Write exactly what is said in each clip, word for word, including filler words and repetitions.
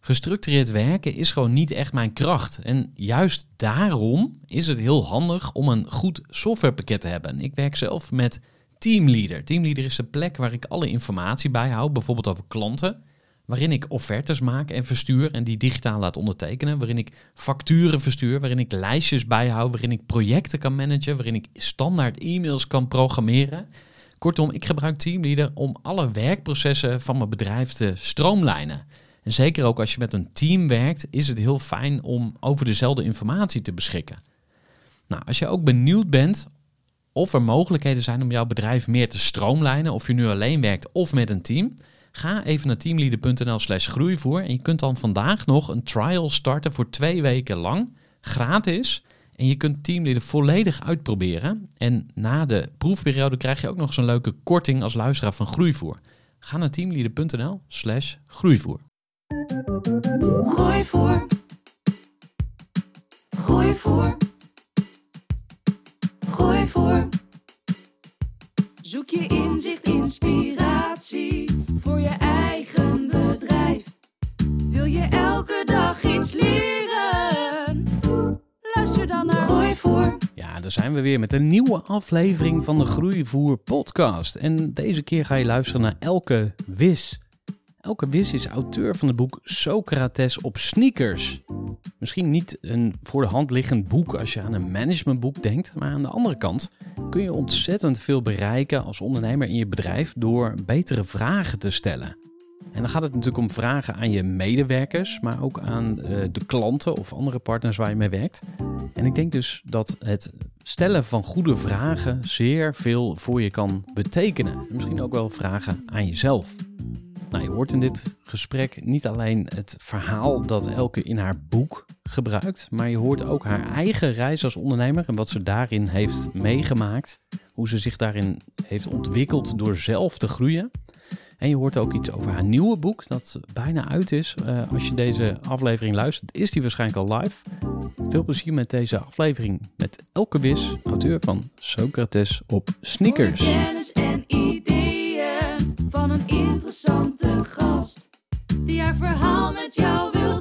Gestructureerd werken is gewoon niet echt mijn kracht. En juist daarom is het heel handig om een goed softwarepakket te hebben. Ik werk zelf met Teamleader. Teamleader is de plek waar ik alle informatie bijhoud, bijvoorbeeld over klanten, waarin ik offertes maak en verstuur en die digitaal laat ondertekenen, waarin ik facturen verstuur, waarin ik lijstjes bijhoud, waarin ik projecten kan managen, waarin ik standaard e-mails kan programmeren. Kortom, ik gebruik Teamleader om alle werkprocessen van mijn bedrijf te stroomlijnen. En zeker ook als je met een team werkt, is het heel fijn om over dezelfde informatie te beschikken. Nou, als je ook benieuwd bent of er mogelijkheden zijn om jouw bedrijf meer te stroomlijnen, of je nu alleen werkt of met een team, ga even naar teamleader.nl slash groeivoer en je kunt dan vandaag nog een trial starten voor twee weken lang, gratis. En je kunt Teamleader volledig uitproberen. En na de proefperiode krijg je ook nog zo'n leuke korting als luisteraar van Groeivoer. Ga naar teamleader.nl slash groeivoer. Groeivoer. Groeivoer. Groeivoer. Zoek je inzicht, inspiratie voor je eigen bedrijf. Wil je elke dag iets leren? Luister dan naar Groeivoer. Ja, daar zijn we weer met een nieuwe aflevering van de Groeivoer podcast. En deze keer ga je luisteren naar Elke Wis. Elke Wis is auteur van het boek Socrates op sneakers. Misschien niet een voor de hand liggend boek als je aan een managementboek denkt, maar aan de andere kant kun je ontzettend veel bereiken als ondernemer in je bedrijf door betere vragen te stellen. En dan gaat het natuurlijk om vragen aan je medewerkers, maar ook aan uh, de klanten of andere partners waar je mee werkt. En ik denk dus dat het stellen van goede vragen zeer veel voor je kan betekenen. Misschien ook wel vragen aan jezelf. Nou, je hoort in dit gesprek niet alleen het verhaal dat Elke in haar boek gebruikt, maar je hoort ook haar eigen reis als ondernemer en wat ze daarin heeft meegemaakt, hoe ze zich daarin heeft ontwikkeld door zelf te groeien. En je hoort ook iets over haar nieuwe boek dat bijna uit is. Uh, als je deze aflevering luistert, is die waarschijnlijk al live. Veel plezier met deze aflevering met Elke Wis, auteur van Socrates op sneakers. Voor kennis en ideeën van een interessante gast die haar verhaal met jou wil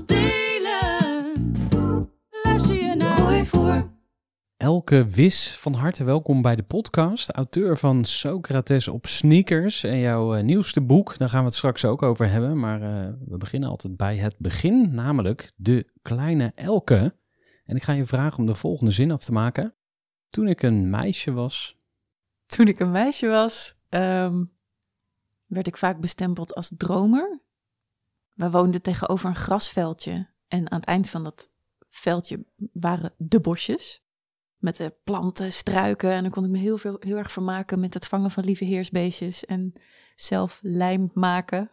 delen. Luister je naar Groeivoer. Elke Wis, van harte welkom bij de podcast. Auteur van Socrates op sneakers en jouw uh, nieuwste boek. Daar gaan we het straks ook over hebben. Maar uh, we beginnen altijd bij het begin, namelijk de kleine Elke. En ik ga je vragen om de volgende zin af te maken. Toen ik een meisje was... Toen ik een meisje was, um, werd ik vaak bestempeld als dromer. We woonden tegenover een grasveldje. En aan het eind van dat veldje waren de bosjes. Met de planten, struiken. En dan kon ik me heel, veel, heel erg vermaken met het vangen van lieve heersbeestjes. En zelf lijm maken.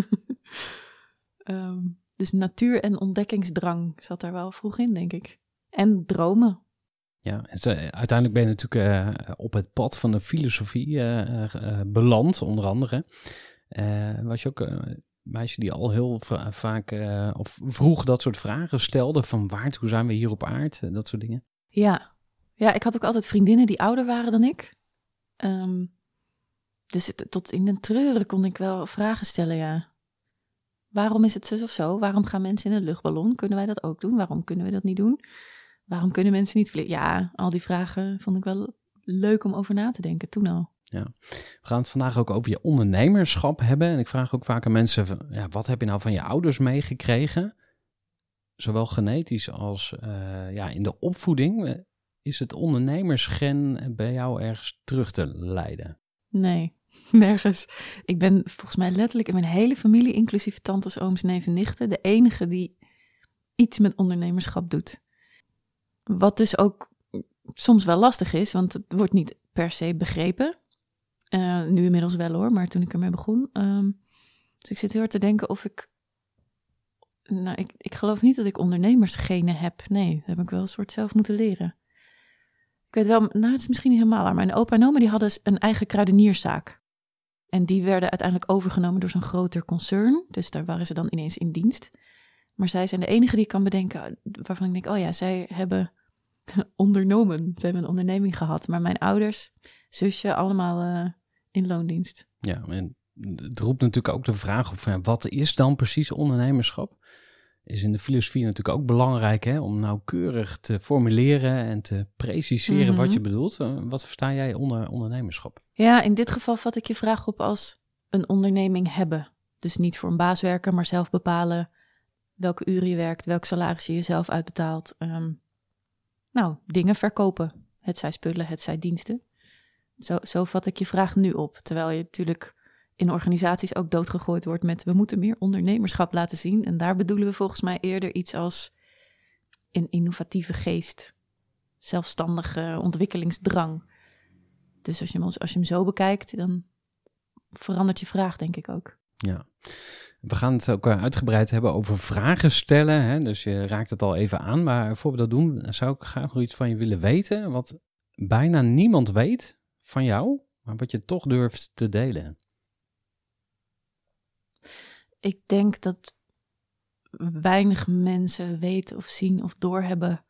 um, dus natuur en ontdekkingsdrang zat daar wel vroeg in, denk ik. En dromen. Ja, uiteindelijk ben je natuurlijk uh, op het pad van de filosofie uh, uh, beland, onder andere. Uh, was je ook een meisje die al heel va- vaak uh, of vroeg dat soort vragen stelde. Van waartoe zijn we hier op aarde? Dat soort dingen. Ja. Ja, ik had ook altijd vriendinnen die ouder waren dan ik. Um, dus het, tot in de treuren kon ik wel vragen stellen, ja. Waarom is het zus of zo? Waarom gaan mensen in een luchtballon? Kunnen wij dat ook doen? Waarom kunnen we dat niet doen? Waarom kunnen mensen niet vliegen? Ja, al die vragen vond ik wel leuk om over na te denken, toen al. Ja. We gaan het vandaag ook over je ondernemerschap hebben. En ik vraag ook vaak aan mensen, van, ja, wat heb je nou van je ouders meegekregen? Zowel genetisch als uh, ja, in de opvoeding. Is het ondernemersgen bij jou ergens terug te leiden? Nee, nergens. Ik ben volgens mij letterlijk in mijn hele familie, inclusief tantes, ooms, neven, nichten, de enige die iets met ondernemerschap doet. Wat dus ook soms wel lastig is, want het wordt niet per se begrepen. Uh, nu inmiddels wel hoor, maar toen ik ermee begon. Um, dus ik zit heel hard te denken of ik... Nou, ik, ik geloof niet dat ik ondernemersgenen heb. Nee, dat heb ik wel een soort zelf moeten leren. Ik weet wel, nou het is misschien niet helemaal waar. Mijn opa en oma die hadden een eigen kruidenierszaak. En die werden uiteindelijk overgenomen door zo'n groter concern. Dus daar waren ze dan ineens in dienst. Maar zij zijn de enige die ik kan bedenken waarvan ik denk, oh ja, zij hebben ondernomen. Ze hebben een onderneming gehad. Maar mijn ouders, zusje, allemaal uh, in loondienst. Ja, en het roept natuurlijk ook de vraag op, wat is dan precies ondernemerschap? is in de filosofie natuurlijk ook belangrijk, hè, om nauwkeurig te formuleren en te preciseren Mm-hmm. wat je bedoelt. Uh, wat versta jij onder ondernemerschap? Ja, in dit geval vat ik je vraag op als een onderneming hebben. Dus niet voor een baas werken, maar zelf bepalen welke uren je werkt, welk salaris je jezelf uitbetaalt. Um, nou, dingen verkopen. Het zij spullen, het zij diensten. Zo, zo vat ik je vraag nu op. Terwijl je natuurlijk in organisaties ook doodgegooid wordt met we moeten meer ondernemerschap laten zien. En daar bedoelen we volgens mij eerder iets als een innovatieve geest, zelfstandige ontwikkelingsdrang. Dus als je hem, als je hem zo bekijkt, dan verandert je vraag denk ik ook. Ja, we gaan het ook uitgebreid hebben over vragen stellen. Hè? Dus je raakt het al even aan. Maar voor we dat doen, zou ik graag nog iets van je willen weten. Wat bijna niemand weet van jou, maar wat je toch durft te delen. Ik denk dat weinig mensen weten of zien of doorhebben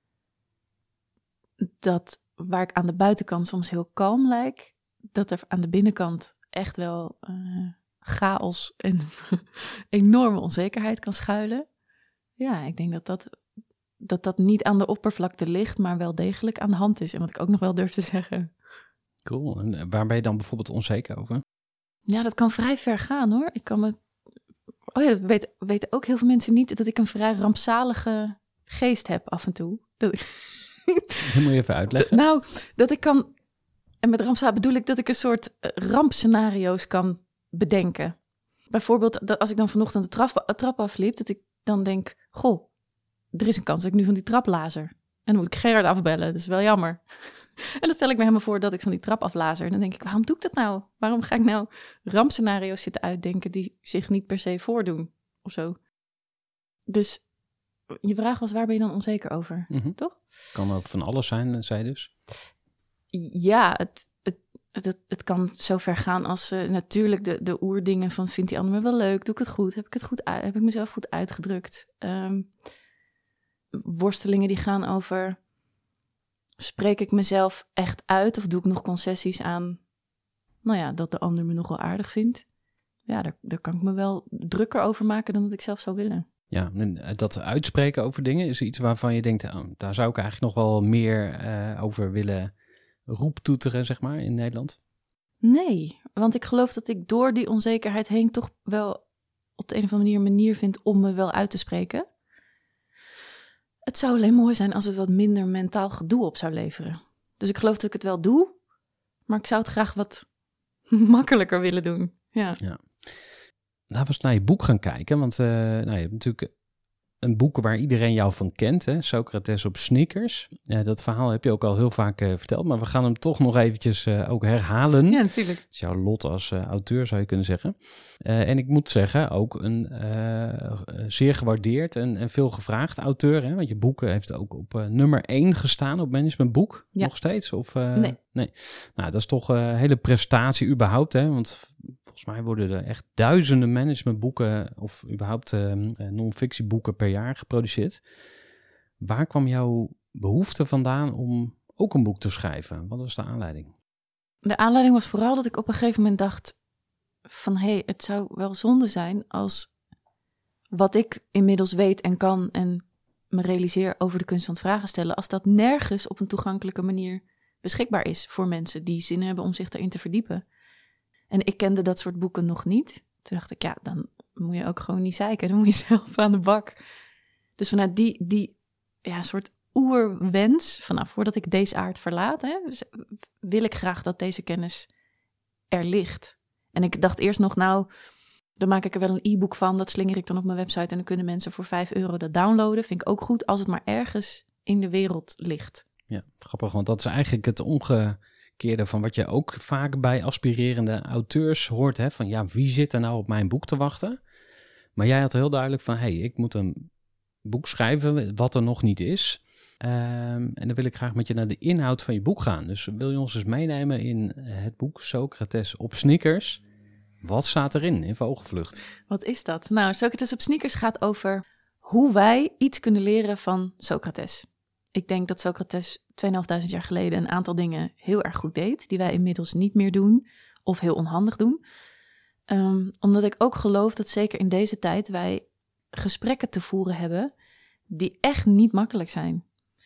dat waar ik aan de buitenkant soms heel kalm lijk, dat er aan de binnenkant echt wel uh, chaos en enorme onzekerheid kan schuilen. Ja, ik denk dat dat, dat dat niet aan de oppervlakte ligt, maar wel degelijk aan de hand is. En wat ik ook nog wel durf te zeggen. Cool. En waar ben je dan bijvoorbeeld onzeker over? Ja, dat kan vrij ver gaan hoor. Ik kan me... Oh ja, dat weten, weten ook heel veel mensen niet, dat ik een vrij rampzalige geest heb af en toe. Dat ik... Dat moet je even uitleggen. Nou, dat ik kan... En met rampzalig bedoel ik dat ik een soort rampscenario's kan bedenken. Bijvoorbeeld, dat als ik dan vanochtend de trap, trap afliep, dat ik dan denk, goh, er is een kans dat ik nu van die trap lazer. En dan moet ik Gerard afbellen, dat is wel jammer. En dan stel ik me helemaal voor dat ik van die trap aflazer. En dan denk ik, waarom doe ik dat nou? Waarom ga ik nou rampscenario's zitten uitdenken die zich niet per se voordoen? Of zo. Dus je vraag was, waar ben je dan onzeker over? Mm-hmm. Toch? Kan ook van alles zijn, zei je dus. Ja, het, het, het, het kan zo ver gaan als uh, natuurlijk de, de oerdingen van vindt die ander me wel leuk? Doe ik het goed? Heb ik het goed uit, heb ik mezelf goed uitgedrukt? Um, worstelingen die gaan over, spreek ik mezelf echt uit of doe ik nog concessies aan, nou ja, dat de ander me nog wel aardig vindt? Ja, daar, daar kan ik me wel drukker over maken dan dat ik zelf zou willen. Ja, en dat uitspreken over dingen is iets waarvan je denkt, oh, daar zou ik eigenlijk nog wel meer uh, over willen roeptoeteren, zeg maar, in Nederland? Nee, want ik geloof dat ik door die onzekerheid heen toch wel op de een of andere manier een manier vind om me wel uit te spreken. Het zou alleen mooi zijn als het wat minder mentaal gedoe op zou leveren. Dus ik geloof dat ik het wel doe, maar ik zou het graag wat makkelijker willen doen. Ja. Ja. Laten we eens naar je boek gaan kijken, want uh, nou, je hebt natuurlijk een boek waar iedereen jou van kent, hè? Socrates op sneakers. Uh, dat verhaal heb je ook al heel vaak uh, verteld, maar we gaan hem toch nog eventjes uh, ook herhalen. Ja, natuurlijk. Het is jouw lot als uh, auteur, zou je kunnen zeggen. Uh, en ik moet zeggen, ook een uh, zeer gewaardeerd en, en veel gevraagd auteur, hè? Want je boek heeft ook op uh, nummer één gestaan op Managementboek, ja. Nog steeds? Of, uh, nee. nee. Nou, dat is toch een hele prestatie überhaupt, hè? Want volgens mij worden er echt duizenden managementboeken of überhaupt uh, non-fictieboeken per jaar geproduceerd. Waar kwam jouw behoefte vandaan om ook een boek te schrijven? Wat was de aanleiding? De aanleiding was vooral dat ik op een gegeven moment dacht van hé, hey, het zou wel zonde zijn als wat ik inmiddels weet en kan en me realiseer over de kunst van het vragen stellen, als dat nergens op een toegankelijke manier beschikbaar is voor mensen die zin hebben om zich daarin te verdiepen. En ik kende dat soort boeken nog niet. Toen dacht ik, ja, dan moet je ook gewoon niet zeiken. Dan moet je zelf aan de bak. Dus vanuit die, die ja, soort oerwens, vanaf voordat ik deze aard verlaat, hè, wil ik graag dat deze kennis er ligt. En ik dacht eerst nog, nou, dan maak ik er wel een e-book van. Dat slinger ik dan op mijn website en dan kunnen mensen voor vijf euro dat downloaden. Vind ik ook goed, als het maar ergens in de wereld ligt. Ja, grappig, want dat is eigenlijk het omgekeerde van wat je ook vaak bij aspirerende auteurs hoort. Hè? Van ja, wie zit er nou op mijn boek te wachten? Maar jij had heel duidelijk van, hé, hey, ik moet een boek schrijven wat er nog niet is. Um, en dan wil ik graag met je naar de inhoud van je boek gaan. Dus wil je ons eens meenemen in het boek Socrates op sneakers? Wat staat erin in vogelvlucht? Wat is dat? Nou, Socrates op sneakers gaat over hoe wij iets kunnen leren van Socrates. Ik denk dat Socrates tweeënhalfduizend jaar geleden een aantal dingen heel erg goed deed, die wij inmiddels niet meer doen of heel onhandig doen. Um, omdat ik ook geloof dat zeker in deze tijd wij gesprekken te voeren hebben die echt niet makkelijk zijn.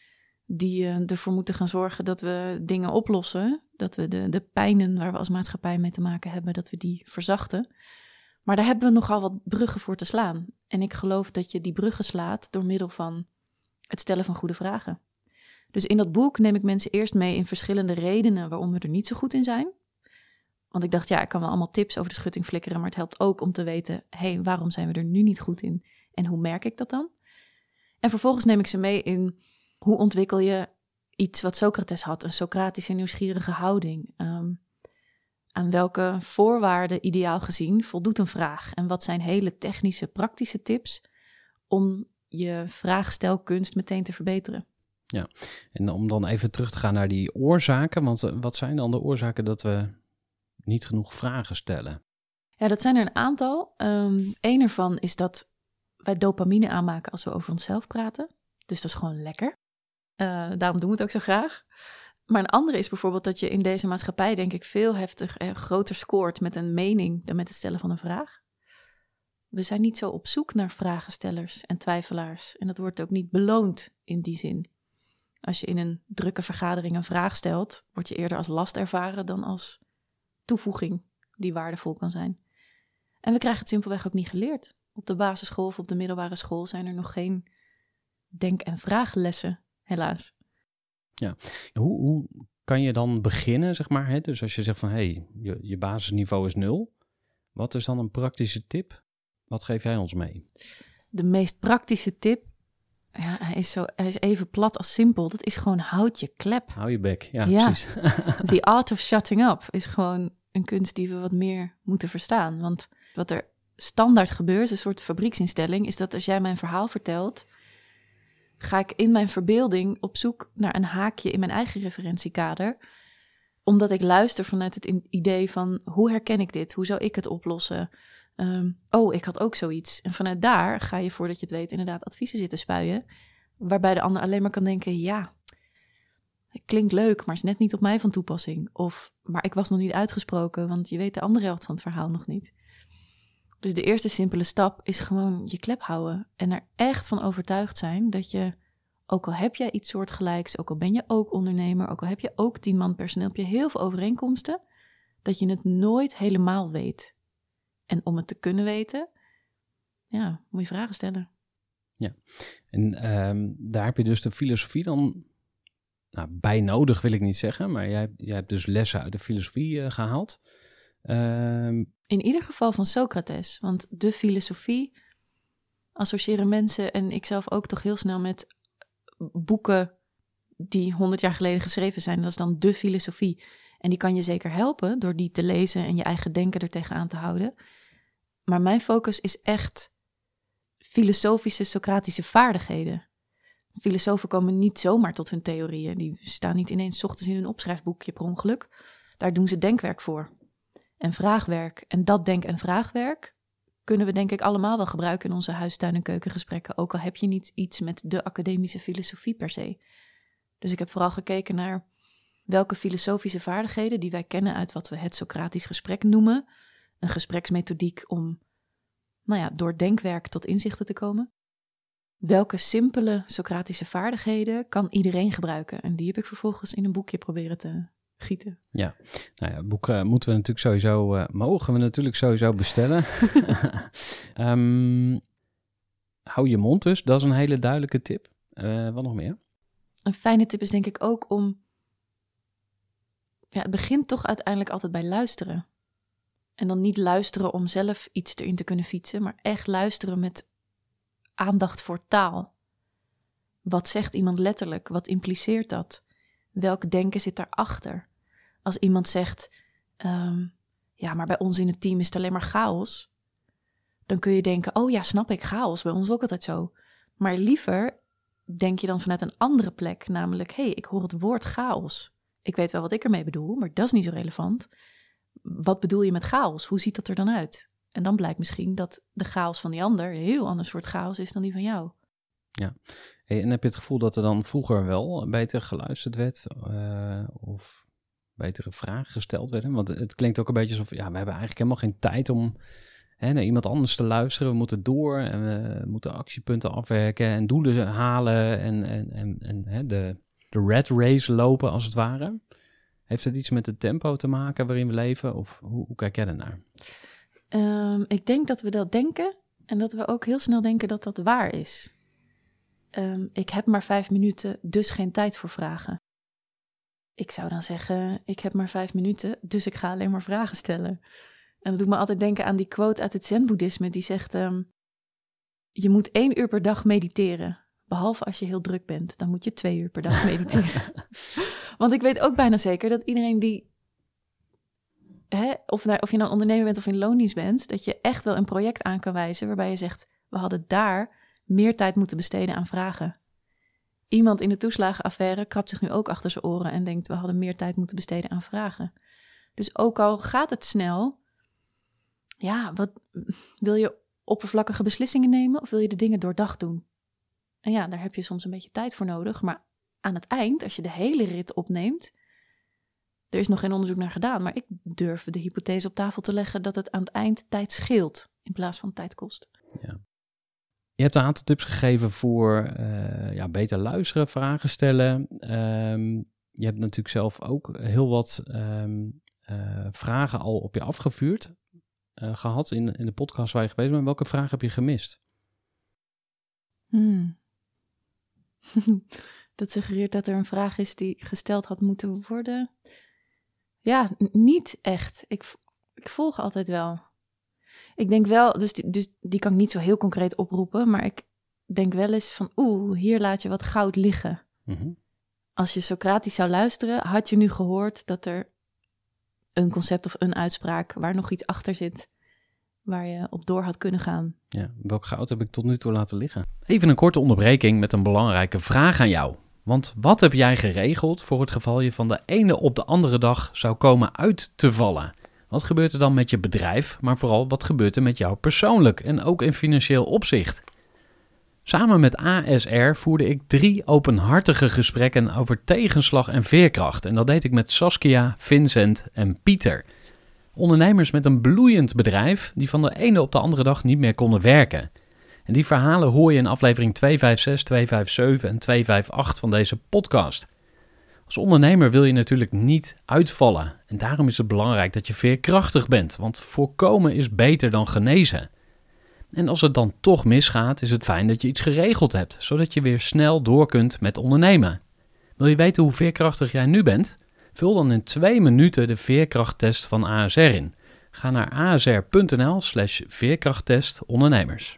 Die uh, ervoor moeten gaan zorgen dat we dingen oplossen. Dat we de, de pijnen waar we als maatschappij mee te maken hebben, dat we die verzachten. Maar daar hebben we nogal wat bruggen voor te slaan. En ik geloof dat je die bruggen slaat door middel van het stellen van goede vragen. Dus in dat boek neem ik mensen eerst mee in verschillende redenen waarom we er niet zo goed in zijn. Want ik dacht, ja, ik kan wel allemaal tips over de schutting flikkeren, maar het helpt ook om te weten, hé, hey, waarom zijn we er nu niet goed in? En hoe merk ik dat dan? En vervolgens neem ik ze mee in, hoe ontwikkel je iets wat Socrates had, een Socratische nieuwsgierige houding? Um, aan welke voorwaarden, ideaal gezien, voldoet een vraag? En wat zijn hele technische, praktische tips om je vraagstelkunst meteen te verbeteren? Ja, en om dan even terug te gaan naar die oorzaken, want uh, wat zijn dan de oorzaken dat we niet genoeg vragen stellen? Ja, dat zijn er een aantal. Um, Eén ervan is dat wij dopamine aanmaken als we over onszelf praten. Dus dat is gewoon lekker. Uh, daarom doen we het ook zo graag. Maar een andere is bijvoorbeeld dat je in deze maatschappij, denk ik, veel heftig, eh, groter scoort met een mening dan met het stellen van een vraag. We zijn niet zo op zoek naar vragenstellers en twijfelaars. En dat wordt ook niet beloond in die zin. Als je in een drukke vergadering een vraag stelt, word je eerder als last ervaren dan als toevoeging die waardevol kan zijn. En we krijgen het simpelweg ook niet geleerd. Op de basisschool of op de middelbare school zijn er nog geen denk- en vraaglessen, helaas. Ja, hoe, hoe kan je dan beginnen, zeg maar? Hè? Dus als je zegt van, hé, hey, je, je basisniveau is nul. Wat is dan een praktische tip? Wat geef jij ons mee? De meest praktische tip, ja, hij is, zo, hij is even plat als simpel. Dat is gewoon houd je klep. Hou je bek, ja, ja. precies. The art of shutting up is gewoon een kunst die we wat meer moeten verstaan. Want wat er standaard gebeurt, een soort fabrieksinstelling, is dat als jij mijn verhaal vertelt, ga ik in mijn verbeelding op zoek naar een haakje in mijn eigen referentiekader. Omdat ik luister vanuit het idee van, hoe herken ik dit? Hoe zou ik het oplossen? Um, oh, ik had ook zoiets. En vanuit daar ga je, voordat je het weet, inderdaad adviezen zitten spuien. Waarbij de ander alleen maar kan denken, ja, het klinkt leuk, maar is net niet op mij van toepassing. Of, maar ik was nog niet uitgesproken, want je weet de andere helft van het verhaal nog niet. Dus de eerste simpele stap is gewoon je klep houden. En er echt van overtuigd zijn dat je, ook al heb jij iets soortgelijks, ook al ben je ook ondernemer, ook al heb je ook tien man personeel, heb je heel veel overeenkomsten, dat je het nooit helemaal weet. En om het te kunnen weten, ja, moet je vragen stellen. Ja, en um, daar heb je dus de filosofie dan nou, bij nodig, wil ik niet zeggen. Maar jij, jij hebt dus lessen uit de filosofie uh, gehaald. Um, In ieder geval van Socrates, want de filosofie associëren mensen en ikzelf ook toch heel snel met boeken die honderd jaar geleden geschreven zijn. Dat is dan de filosofie. En die kan je zeker helpen door die te lezen en je eigen denken er tegenaan te houden. Maar mijn focus is echt filosofische, Socratische vaardigheden. Filosofen komen niet zomaar tot hun theorieën. Die staan niet ineens 's ochtends in hun opschrijfboekje per ongeluk. Daar doen ze denkwerk voor. En vraagwerk. En dat denk- en vraagwerk kunnen we denk ik allemaal wel gebruiken in onze huistuin- en keukengesprekken. Ook al heb je niet iets met de academische filosofie per se. Dus ik heb vooral gekeken naar welke filosofische vaardigheden die wij kennen uit wat we het Socratisch gesprek noemen. Een gespreksmethodiek om, nou ja, door denkwerk tot inzichten te komen. Welke simpele Socratische vaardigheden kan iedereen gebruiken? En die heb ik vervolgens in een boekje proberen te gieten. Ja, nou ja, boeken uh, moeten we natuurlijk sowieso, uh, mogen we natuurlijk sowieso bestellen. um, hou je mond dus, dat is een hele duidelijke tip. Uh, wat nog meer? Een fijne tip is denk ik ook om, ja, het begint toch uiteindelijk altijd bij luisteren. En dan niet luisteren om zelf iets erin te kunnen fietsen, maar echt luisteren met aandacht voor taal. Wat zegt iemand letterlijk? Wat impliceert dat? Welk denken zit daarachter? Als iemand zegt, um, ja, maar bij ons in het team is het alleen maar chaos, dan kun je denken, oh ja, snap ik, chaos, bij ons ook altijd zo. Maar liever denk je dan vanuit een andere plek, namelijk, hé, hey, ik hoor het woord chaos. Ik weet wel wat ik ermee bedoel, maar dat is niet zo relevant. Wat bedoel je met chaos? Hoe ziet dat er dan uit? En dan blijkt misschien dat de chaos van die ander een heel ander soort chaos is dan die van jou. Ja, hey, en heb je het gevoel dat er dan vroeger wel beter geluisterd werd uh, of betere vragen gesteld werden? Want het klinkt ook een beetje alsof, ja, we hebben eigenlijk helemaal geen tijd om hè, naar iemand anders te luisteren. We moeten door en we moeten actiepunten afwerken en doelen halen en, en, en, en hè, de, de rat race lopen als het ware. Heeft het iets met het tempo te maken waarin we leven? Of hoe, hoe kijk jij daarnaar? Um, ik denk dat we dat denken en dat we ook heel snel denken dat dat waar is. Um, ik heb maar vijf minuten, dus geen tijd voor vragen. Ik zou dan zeggen, ik heb maar vijf minuten, dus ik ga alleen maar vragen stellen. En dat doet me altijd denken aan die quote uit het Zen-boeddhisme. Die zegt, um, je moet één uur per dag mediteren. Behalve als je heel druk bent, dan moet je twee uur per dag mediteren. Want ik weet ook bijna zeker dat iedereen die, hè, of, of je nou ondernemer bent of in loondienst bent, dat je echt wel een project aan kan wijzen waarbij je zegt, we hadden daar meer tijd moeten besteden aan vragen. Iemand in de toeslagenaffaire krabt zich nu ook achter zijn oren en denkt, we hadden meer tijd moeten besteden aan vragen. Dus ook al gaat het snel, ja, wat, wil je oppervlakkige beslissingen nemen of wil je de dingen doordacht doen? En ja, daar heb je soms een beetje tijd voor nodig, maar aan het eind, als je de hele rit opneemt, er is nog geen onderzoek naar gedaan, maar ik durf de hypothese op tafel te leggen dat het aan het eind tijd scheelt in plaats van tijd kost. Ja. Je hebt een aantal tips gegeven voor uh, ja, beter luisteren, vragen stellen. Um, je hebt natuurlijk zelf ook heel wat um, uh, vragen al op je afgevuurd uh, gehad in, in de podcast waar je geweest bent. Welke vragen heb je gemist? Hmm. Dat suggereert dat er een vraag is die gesteld had moeten worden. Ja, n- niet echt. Ik, ik volg altijd wel. Ik denk wel, dus die, dus die kan ik niet zo heel concreet oproepen, maar ik denk wel eens van, oeh, hier laat je wat goud liggen. Mm-hmm. Als je Socratisch zou luisteren, had je nu gehoord dat er een concept of een uitspraak waar nog iets achter zit, waar je op door had kunnen gaan. Ja, welk goud heb ik tot nu toe laten liggen? Even een korte onderbreking met een belangrijke vraag aan jou. Want wat heb jij geregeld voor het geval je van de ene op de andere dag zou komen uit te vallen? Wat gebeurt er dan met je bedrijf, maar vooral wat gebeurt er met jou persoonlijk en ook in financieel opzicht? Samen met A S R voerde ik drie openhartige gesprekken over tegenslag en veerkracht. En dat deed ik met Saskia, Vincent en Pieter. Ondernemers met een bloeiend bedrijf die van de ene op de andere dag niet meer konden werken. En die verhalen hoor je in aflevering tweehonderdvijfenzestig, tweehonderdzeven en tweehonderdachtenvijftig van deze podcast. Als ondernemer wil je natuurlijk niet uitvallen. En daarom is het belangrijk dat je veerkrachtig bent, want voorkomen is beter dan genezen. En als het dan toch misgaat, is het fijn dat je iets geregeld hebt, zodat je weer snel door kunt met ondernemen. Wil je weten hoe veerkrachtig jij nu bent? Vul dan in twee minuten de veerkrachttest van A S R in. Ga naar asr.nl slash veerkrachttest ondernemers.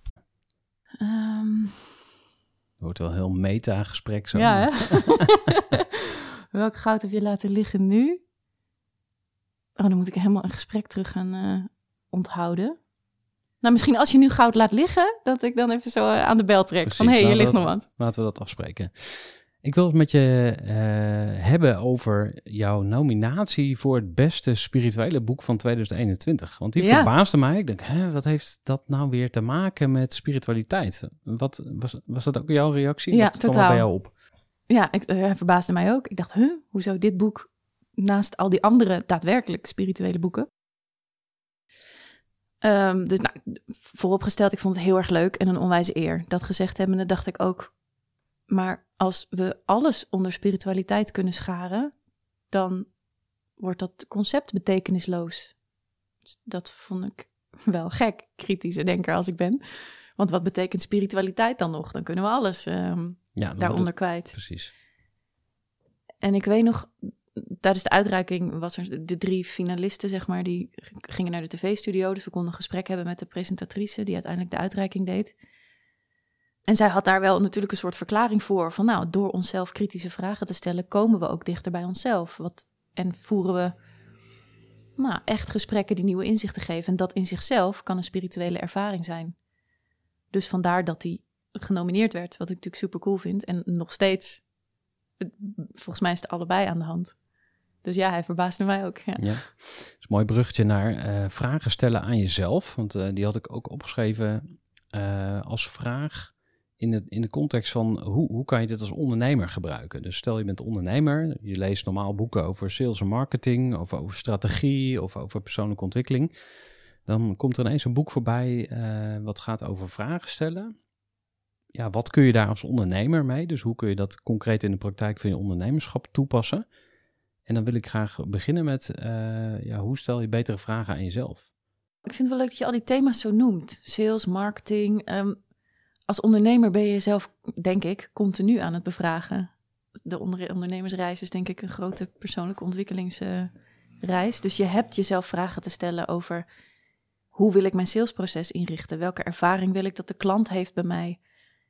Um... Het wordt wel een heel meta-gesprek zo. Ja, hè? Welk goud heb je laten liggen nu? Oh, dan moet ik helemaal een gesprek terug gaan uh, onthouden. Nou, misschien als je nu goud laat liggen, dat ik dan even zo uh, aan de bel trek. Precies, van, hé, hey, hier ligt dat, nog wat. Laten we dat afspreken. Ik wil het met je uh, hebben over jouw nominatie voor het beste spirituele boek van tweeduizend eenentwintig. Want die ja. verbaasde mij. Ik denk, hè, wat heeft dat nou weer te maken met spiritualiteit? Wat, was, was dat ook jouw reactie? Ja, wat totaal. kwam er bij jou op? Ja, ik, uh, verbaasde mij ook. Ik dacht, huh, hoezo dit boek naast al die andere daadwerkelijk spirituele boeken? Um, dus nou, vooropgesteld, ik vond het heel erg leuk en een onwijze eer. Dat gezegd hebbende dacht ik ook, maar als we alles onder spiritualiteit kunnen scharen, dan wordt dat concept betekenisloos. Dat vond ik wel gek, kritische denker als ik ben. Want wat betekent spiritualiteit dan nog? Dan kunnen we alles um, ja, daaronder het, kwijt. Precies. En ik weet nog, tijdens de uitreiking was er de drie finalisten, zeg maar, die gingen naar de tv-studio. Dus we konden een gesprek hebben met de presentatrice die uiteindelijk de uitreiking deed. En zij had daar wel natuurlijk een soort verklaring voor. Van nou, door onszelf kritische vragen te stellen, komen we ook dichter bij onszelf. Wat, en voeren we nou, echt gesprekken die nieuwe inzichten geven. En dat in zichzelf kan een spirituele ervaring zijn. Dus vandaar dat die genomineerd werd, wat ik natuurlijk super cool vind. En nog steeds, volgens mij is het allebei aan de hand. Dus ja, hij verbaasde mij ook. Ja, ja. Dat is een mooi bruggetje naar uh, vragen stellen aan jezelf. Want uh, die had ik ook opgeschreven uh, als vraag in de, in de context van hoe, hoe kan je dit als ondernemer gebruiken. Dus stel je bent ondernemer, je leest normaal boeken over sales en marketing, of over strategie of over persoonlijke ontwikkeling. dan komt er ineens een boek voorbij uh, wat gaat over vragen stellen. Ja, wat kun je daar als ondernemer mee? Dus hoe kun je dat concreet in de praktijk van je ondernemerschap toepassen? En dan wil ik graag beginnen met, uh, ja, hoe stel je betere vragen aan jezelf? Ik vind het wel leuk dat je al die thema's zo noemt. Sales, marketing. Um, als ondernemer ben je jezelf, denk ik, continu aan het bevragen. De onder- ondernemersreis is denk ik een grote persoonlijke ontwikkelingsreis. Dus je hebt jezelf vragen te stellen over, hoe wil ik mijn salesproces inrichten? Welke ervaring wil ik dat de klant heeft bij mij?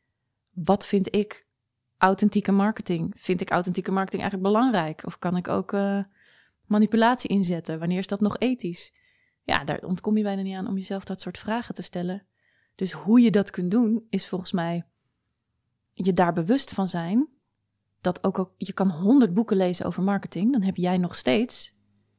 Wat vind ik authentieke marketing? Vind ik authentieke marketing eigenlijk belangrijk? Of kan ik ook uh, manipulatie inzetten? Wanneer is dat nog ethisch? Ja, daar ontkom je bijna niet aan om jezelf dat soort vragen te stellen. Dus hoe je dat kunt doen, is volgens mij je daar bewust van zijn. Dat ook, ook je kan honderd boeken lezen over marketing. Dan heb jij nog steeds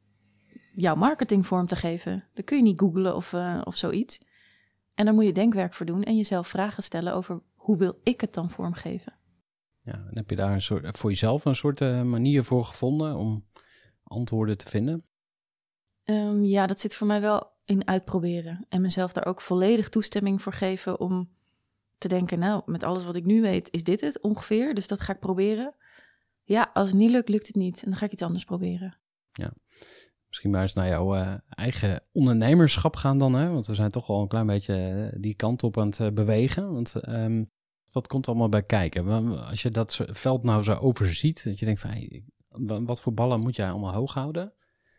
jouw marketing vorm te geven. Dan kun je niet googlen of, uh, of zoiets. En daar moet je denkwerk voor doen en jezelf vragen stellen over, hoe wil ik het dan vormgeven? Ja, en heb je daar een soort, voor jezelf een soort uh, manier voor gevonden om antwoorden te vinden? Um, ja, dat zit voor mij wel in uitproberen. En mezelf daar ook volledig toestemming voor geven om te denken, nou, met alles wat ik nu weet, is dit het ongeveer. Dus dat ga ik proberen. Ja, als het niet lukt, lukt het niet. En dan ga ik iets anders proberen. Ja, misschien maar eens naar jouw uh, eigen ondernemerschap gaan dan, hè? Want we zijn toch wel een klein beetje die kant op aan het uh, bewegen. Want um, wat komt er allemaal bij kijken? Als je dat veld nou zo overziet, dat je denkt van, hey, wat voor ballen moet jij allemaal hoog houden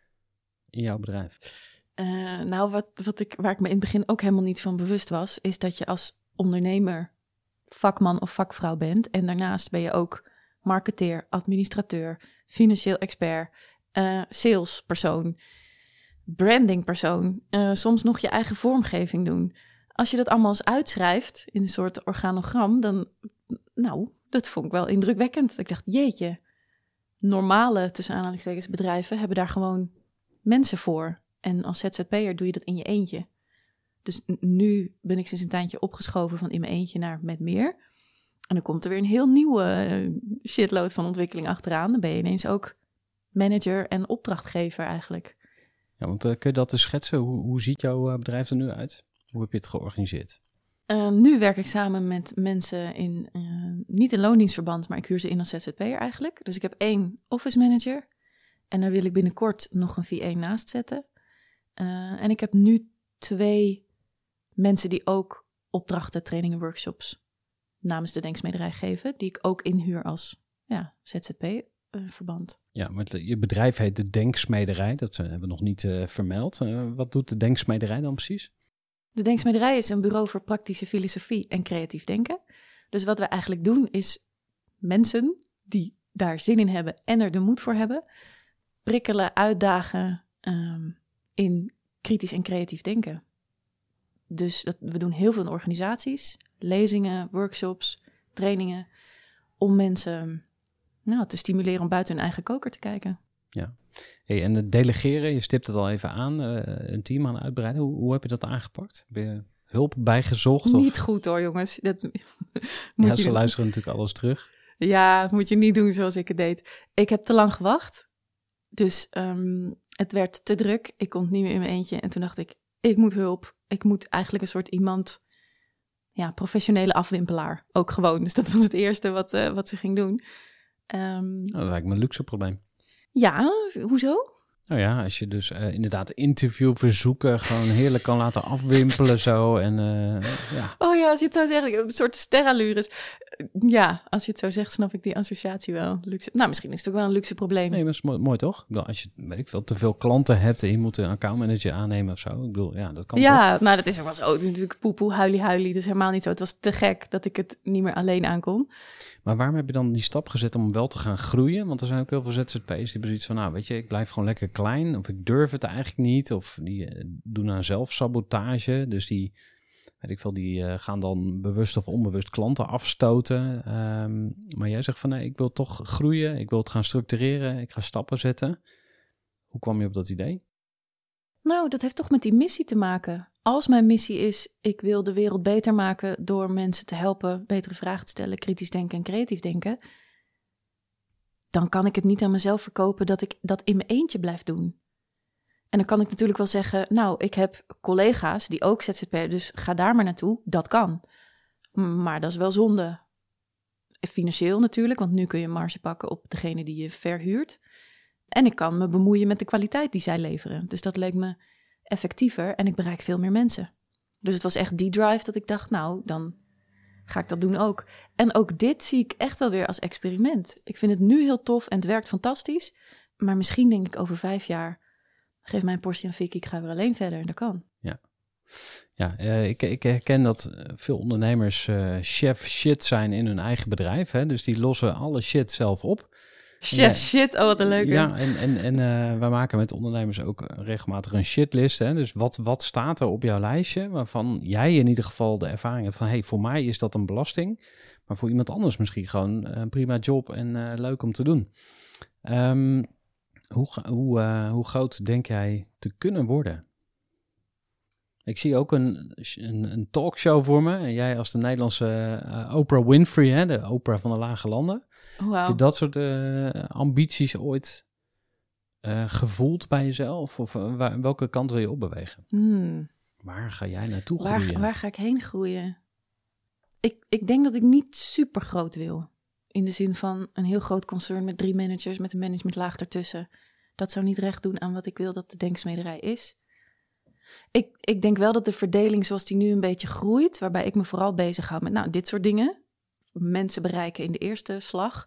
in jouw bedrijf? Uh, nou, wat, wat ik, waar ik me in het begin ook helemaal niet van bewust was, is dat je als ondernemer vakman of vakvrouw bent. En daarnaast ben je ook marketeer, administrateur, financieel expert, uh, salespersoon, brandingpersoon. Uh, soms nog je eigen vormgeving doen. Als je dat allemaal eens uitschrijft in een soort organogram, dan, nou, dat vond ik wel indrukwekkend. Ik dacht, jeetje, normale, tussen aanhalingstekens, bedrijven hebben daar gewoon mensen voor. En als Z Z P'er doe je dat in je eentje. Dus nu ben ik sinds een tijdje opgeschoven van in mijn eentje naar met meer. En dan komt er weer een heel nieuwe uh, shitload van ontwikkeling achteraan. Dan ben je ineens ook manager en opdrachtgever eigenlijk. Ja, want uh, kun je dat eens schetsen? Hoe, hoe ziet jouw uh, bedrijf er nu uit? Hoe heb je het georganiseerd? Uh, nu werk ik samen met mensen in, uh, niet in loondienstverband, maar ik huur ze in als Z Z P'er eigenlijk. Dus ik heb één office manager en daar wil ik binnenkort nog een V A naast zetten. Uh, en ik heb nu twee mensen die ook opdrachten, trainingen, workshops namens de Denksmederij geven, die ik ook inhuur als ja, Z Z P-verband. Ja, maar je bedrijf heet de Denksmederij, dat hebben we nog niet uh, vermeld. Uh, wat doet de Denksmederij dan precies? De Denksmederij is een bureau voor praktische filosofie en creatief denken. Dus wat we eigenlijk doen is mensen die daar zin in hebben en er de moed voor hebben, prikkelen, uitdagen um, in kritisch en creatief denken. Dus dat, we doen heel veel in organisaties, lezingen, workshops, trainingen, om mensen nou, te stimuleren om buiten hun eigen koker te kijken. Ja, hey, en het delegeren, je stipt het al even aan, uh, een team aan uitbreiden. Hoe, hoe heb je dat aangepakt? Heb je hulp bijgezocht? Niet of? goed hoor, jongens. Dat moet ja, je ze doen. luisteren natuurlijk alles terug. Ja, dat moet je niet doen zoals ik het deed. Ik heb te lang gewacht, dus um, het werd te druk. Ik kon het niet meer in mijn eentje en toen dacht ik, ik moet hulp. Ik moet eigenlijk een soort iemand, ja, professionele afwimpelaar. Ook gewoon, dus dat was het eerste wat, uh, wat ze ging doen. Um, nou, dat lijkt me een luxe probleem. Ja, hoezo? Nou ja, als je dus uh, inderdaad interviewverzoeken gewoon heerlijk kan laten afwimpelen zo en uh, ja. Oh ja, als je het zo zegt, een soort sterallures. Ja, als je het zo zegt, snap ik die associatie wel. Luxe. Nou, misschien is het ook wel een luxe probleem. Nee, maar dat is mooi, mooi toch? Ik bedoel, als je, weet ik veel, te veel klanten hebt en je moet een accountmanager aannemen of zo. Ik bedoel, ja, dat kan Ja, toch? nou dat is ook wel zo. Het is natuurlijk poepoe, huilie, huilie. Dus helemaal niet zo. Het was te gek dat ik het niet meer alleen aankon. Maar waarom heb je dan die stap gezet om wel te gaan groeien? Want er zijn ook heel veel Z Z P'ers die hebben zoiets van, nou weet je, ik blijf gewoon lekker klein. Of ik durf het eigenlijk niet. Of die uh, doen aan zelfsabotage. Dus die, weet ik veel, die uh, gaan dan bewust of onbewust klanten afstoten. Um, maar jij zegt van, nee, ik wil toch groeien. Ik wil het gaan structureren. Ik ga stappen zetten. Hoe kwam je op dat idee? Nou, dat heeft toch met die missie te maken. Als mijn missie is, ik wil de wereld beter maken door mensen te helpen betere vragen te stellen, kritisch denken en creatief denken, dan kan ik het niet aan mezelf verkopen dat ik dat in mijn eentje blijf doen. En dan kan ik natuurlijk wel zeggen, nou, ik heb collega's die ook Z Z P'er, dus ga daar maar naartoe. Dat kan. Maar dat is wel zonde. Financieel natuurlijk, want nu kun je marge pakken op degene die je verhuurt. En ik kan me bemoeien met de kwaliteit die zij leveren. Dus dat leek me effectiever en ik bereik veel meer mensen. Dus het was echt die drive dat ik dacht, nou, dan ga ik dat doen ook. En ook dit zie ik echt wel weer als experiment. Ik vind het nu heel tof en het werkt fantastisch. Maar misschien denk ik over vijf jaar, geef mij een portie aan Vicky, ik ga weer alleen verder. Dat kan. Ja, ja uh, ik, ik herken dat veel ondernemers uh, chef shit zijn in hun eigen bedrijf. Hè? Dus die lossen alle shit zelf op. Chef ja, shit, oh wat een leuke. Ja, en, en, en uh, wij maken met ondernemers ook regelmatig een shitlist. Hè? Dus wat, wat staat er op jouw lijstje waarvan jij in ieder geval de ervaring hebt van, hey, voor mij is dat een belasting, maar voor iemand anders misschien gewoon een prima job en uh, leuk om te doen. Um, hoe, hoe, uh, hoe groot denk jij te kunnen worden? Ik zie ook een, een, een talkshow voor me. En jij als de Nederlandse uh, Oprah Winfrey, hè, de Oprah van de lage landen. Wow. Heb je dat soort uh, ambities ooit uh, gevoeld bij jezelf? Of uh, waar, welke kant wil je opbewegen? Hmm. Waar ga jij naartoe waar, groeien? Waar ga ik heen groeien? Ik, ik denk dat ik niet super groot wil. In de zin van een heel groot concern met drie managers, met een managementlaag ertussen. Dat zou niet recht doen aan wat ik wil dat de denksmederij is. Ik, ik denk wel dat de verdeling zoals die nu een beetje groeit, waarbij ik me vooral bezighoud met nou, dit soort dingen. Mensen bereiken in de eerste slag,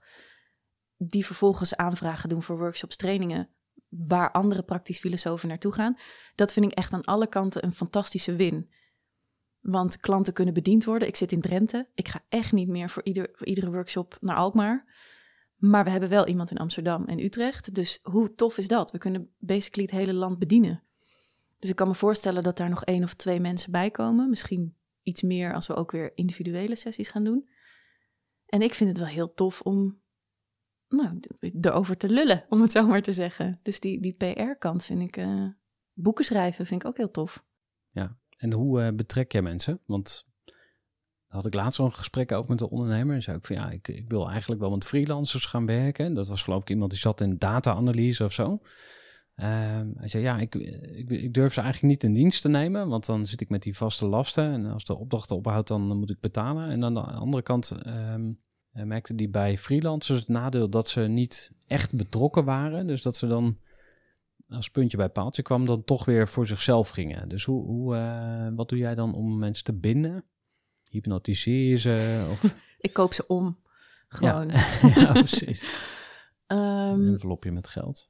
die vervolgens aanvragen doen voor workshops, trainingen, waar andere praktisch filosofen naartoe gaan. Dat vind ik echt aan alle kanten een fantastische win. Want klanten kunnen bediend worden. Ik zit in Drenthe. Ik ga echt niet meer voor, ieder, voor iedere workshop naar Alkmaar. Maar we hebben wel iemand in Amsterdam en Utrecht. Dus hoe tof is dat? We kunnen basically het hele land bedienen. Dus ik kan me voorstellen dat daar nog één of twee mensen bij komen. Misschien iets meer als we ook weer individuele sessies gaan doen. En ik vind het wel heel tof om nou, erover te lullen, om het zo maar te zeggen. Dus die, die P R-kant vind ik... Uh, boeken schrijven vind ik ook heel tof. Ja, en hoe uh, betrek jij mensen? Want daar had ik laatst al een gesprek over met een ondernemer. En zei ik van ja, ik, ik wil eigenlijk wel met freelancers gaan werken. Dat was geloof ik iemand die zat in data-analyse of zo. Uh, hij zei, ja, ik, ik, ik durf ze eigenlijk niet in dienst te nemen, want dan zit ik met die vaste lasten. En als de opdrachten ophoudt, dan moet ik betalen. En aan de andere kant um, merkte hij bij freelancers het nadeel dat ze niet echt betrokken waren. Dus dat ze dan, als puntje bij paaltje kwam, dan toch weer voor zichzelf gingen. Dus hoe, hoe, uh, wat doe jij dan om mensen te binden? Hypnotiseer je ze? Of... ik koop ze om, gewoon. Ja, ja precies. um, een envelopje met geld.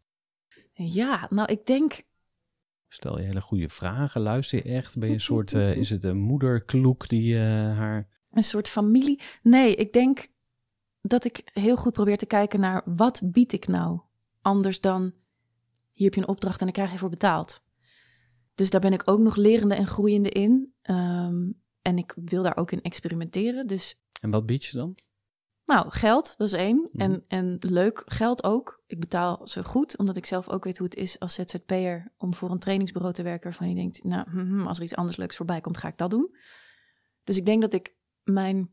Ja, nou ik denk... Stel je hele goede vragen, luister je echt? Ben je een soort, uh, is het een moederkloek die uh, haar... Een soort familie? Nee, ik denk dat ik heel goed probeer te kijken naar wat bied ik nou? Anders dan, hier heb je een opdracht en dan krijg je voor betaald. Dus daar ben ik ook nog lerende en groeiende in. Um, en ik wil daar ook in experimenteren. Dus... En wat bied je dan? Nou, geld, dat is één. Mm. En, en leuk geld ook. Ik betaal ze goed, omdat ik zelf ook weet hoe het is als Z Z P'er om voor een trainingsbureau te werken waarvan je denkt, nou, hm, als er iets anders leuks voorbij komt, ga ik dat doen. Dus ik denk dat ik mijn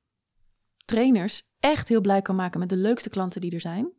trainers echt heel blij kan maken met de leukste klanten die er zijn.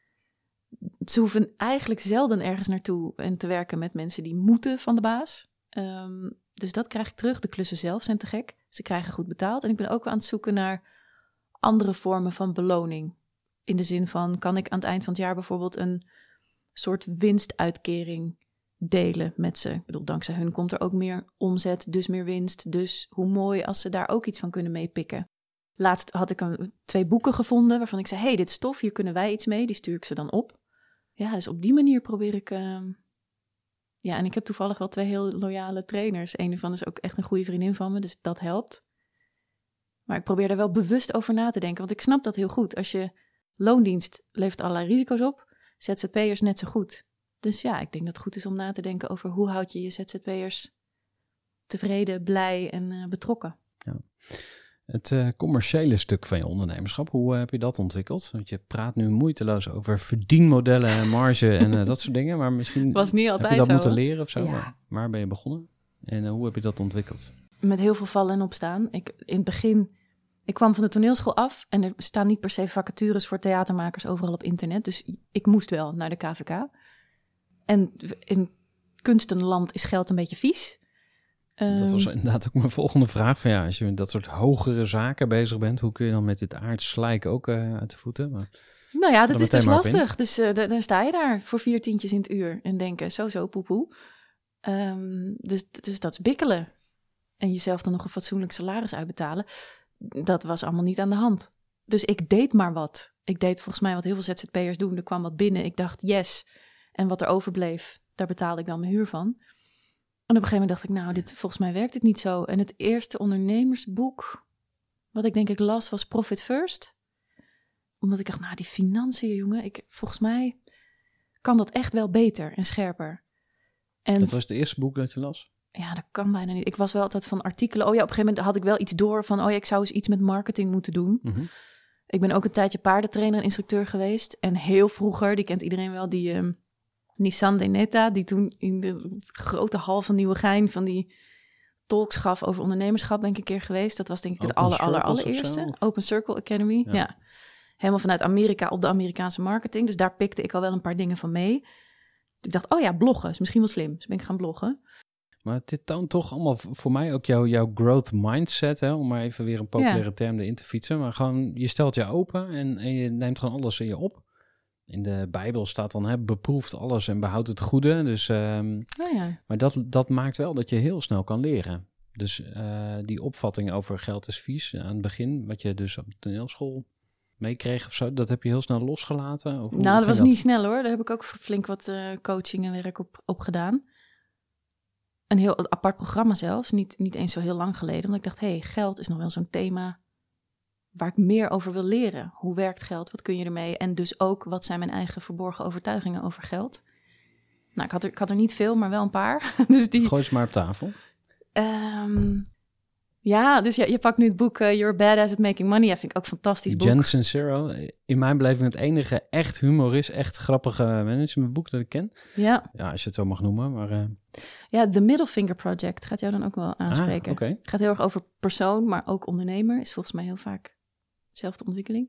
Ze hoeven eigenlijk zelden ergens naartoe en te werken met mensen die moeten van de baas. Um, dus dat krijg ik terug. De klussen zelf zijn te gek. Ze krijgen goed betaald. En ik ben ook wel aan het zoeken naar andere vormen van beloning. In de zin van, kan ik aan het eind van het jaar bijvoorbeeld een soort winstuitkering delen met ze. Ik bedoel, dankzij hun komt er ook meer omzet, dus meer winst. Dus hoe mooi als ze daar ook iets van kunnen meepikken. Laatst had ik een, twee boeken gevonden waarvan ik zei, hey, dit is tof, hier kunnen wij iets mee. Die stuur ik ze dan op. Ja, dus op die manier probeer ik... Uh... Ja, en ik heb toevallig wel twee heel loyale trainers. Een ervan is ook echt een goede vriendin van me, dus dat helpt. Maar ik probeer er wel bewust over na te denken. Want ik snap dat heel goed. Als je loondienst levert allerlei risico's op. Z Z P'ers net zo goed. Dus ja, ik denk dat het goed is om na te denken over hoe houd je je Z Z P'ers tevreden, blij en uh, betrokken. Ja. Het uh, commerciële stuk van je ondernemerschap, hoe uh, heb je dat ontwikkeld? Want je praat nu moeiteloos over verdienmodellen en marge en uh, dat soort dingen. Maar misschien was niet altijd heb je dat zo, moeten hè? leren of zo. Ja. Waar, waar ben je begonnen? En uh, hoe heb je dat ontwikkeld? Met heel veel vallen en opstaan. Ik, in het begin, ik kwam van de toneelschool af en er staan niet per se vacatures voor theatermakers overal op internet. Dus ik moest wel naar de K V K. En in kunstenland is geld een beetje vies. Um, Dat was inderdaad ook mijn volgende vraag. Van ja, als je met dat soort hogere zaken bezig bent, hoe kun je dan met dit aardse slijk ook uh, uit de voeten? Maar, nou ja, dat is dus lastig. In. Dus uh, d- dan sta je daar voor vier tientjes in het uur en denken, zo zo, poepoe. Um, dus, dus dat is bikkelen. En jezelf dan nog een fatsoenlijk salaris uitbetalen. Dat was allemaal niet aan de hand. Dus ik deed maar wat. Ik deed volgens mij wat heel veel Z Z P'ers doen. Er kwam wat binnen. Ik dacht, yes. En wat er overbleef, daar betaalde ik dan mijn huur van. En op een gegeven moment dacht ik, nou, dit, volgens mij werkt het niet zo. En het eerste ondernemersboek wat ik denk ik las was Profit First. Omdat ik dacht, nou, die financiën, jongen. Ik, volgens mij kan dat echt wel beter en scherper. En dat was het eerste boek dat je las? Ja, dat kan bijna niet. Ik was wel altijd van artikelen. Oh ja, op een gegeven moment had ik wel iets door van, oh ja, ik zou eens iets met marketing moeten doen. Mm-hmm. Ik ben ook een tijdje paardentrainer en instructeur geweest. En heel vroeger, die kent iedereen wel, die um, Nissan Denetta, die toen in de grote hal van Nieuwegein van die talks gaf over ondernemerschap, ben ik een keer geweest. Dat was denk ik het aller, aller, allereerste. Open Circle Academy, ja. ja. Helemaal vanuit Amerika op de Amerikaanse marketing. Dus daar pikte ik al wel een paar dingen van mee. Ik dacht, oh ja, bloggen is misschien wel slim. Dus ben ik gaan bloggen. Maar dit toont toch allemaal voor mij ook jouw, jouw growth mindset, hè? Om maar even weer een populaire ja. term erin te fietsen. Maar gewoon, je stelt je open en, en je neemt gewoon alles in je op. In de Bijbel staat dan, hè, beproeft alles en behoudt het goede. Dus, um, oh ja. Maar dat, dat maakt wel dat je heel snel kan leren. Dus uh, die opvatting over geld is vies aan het begin, wat je dus op de toneelschool meekreeg of zo, dat heb je heel snel losgelaten? Of nou, dat was dat? niet snel hoor. Daar heb ik ook flink wat uh, coaching en werk op, op gedaan. Een heel apart programma zelfs, niet, niet eens zo heel lang geleden. Omdat ik dacht, hé, hey, geld is nog wel zo'n thema waar ik meer over wil leren. Hoe werkt geld? Wat kun je ermee? En dus ook, wat zijn mijn eigen verborgen overtuigingen over geld? Nou, ik had er, ik had er niet veel, maar wel een paar. Dus die... Gooi ze maar op tafel. Um, ja, dus ja, je pakt nu het boek uh, You're Badass at Making Money. Ja, vind ik ook een fantastisch boek. Jen Sincero, in mijn beleving het enige echt humorist, echt grappige managementboek dat ik ken. Ja. Ja, als je het zo mag noemen, maar... Uh... Ja, The Middle Finger Project gaat jou dan ook wel aanspreken. Ah, okay. Het gaat heel erg over persoon, maar ook ondernemer. Is volgens mij heel vaak dezelfde ontwikkeling.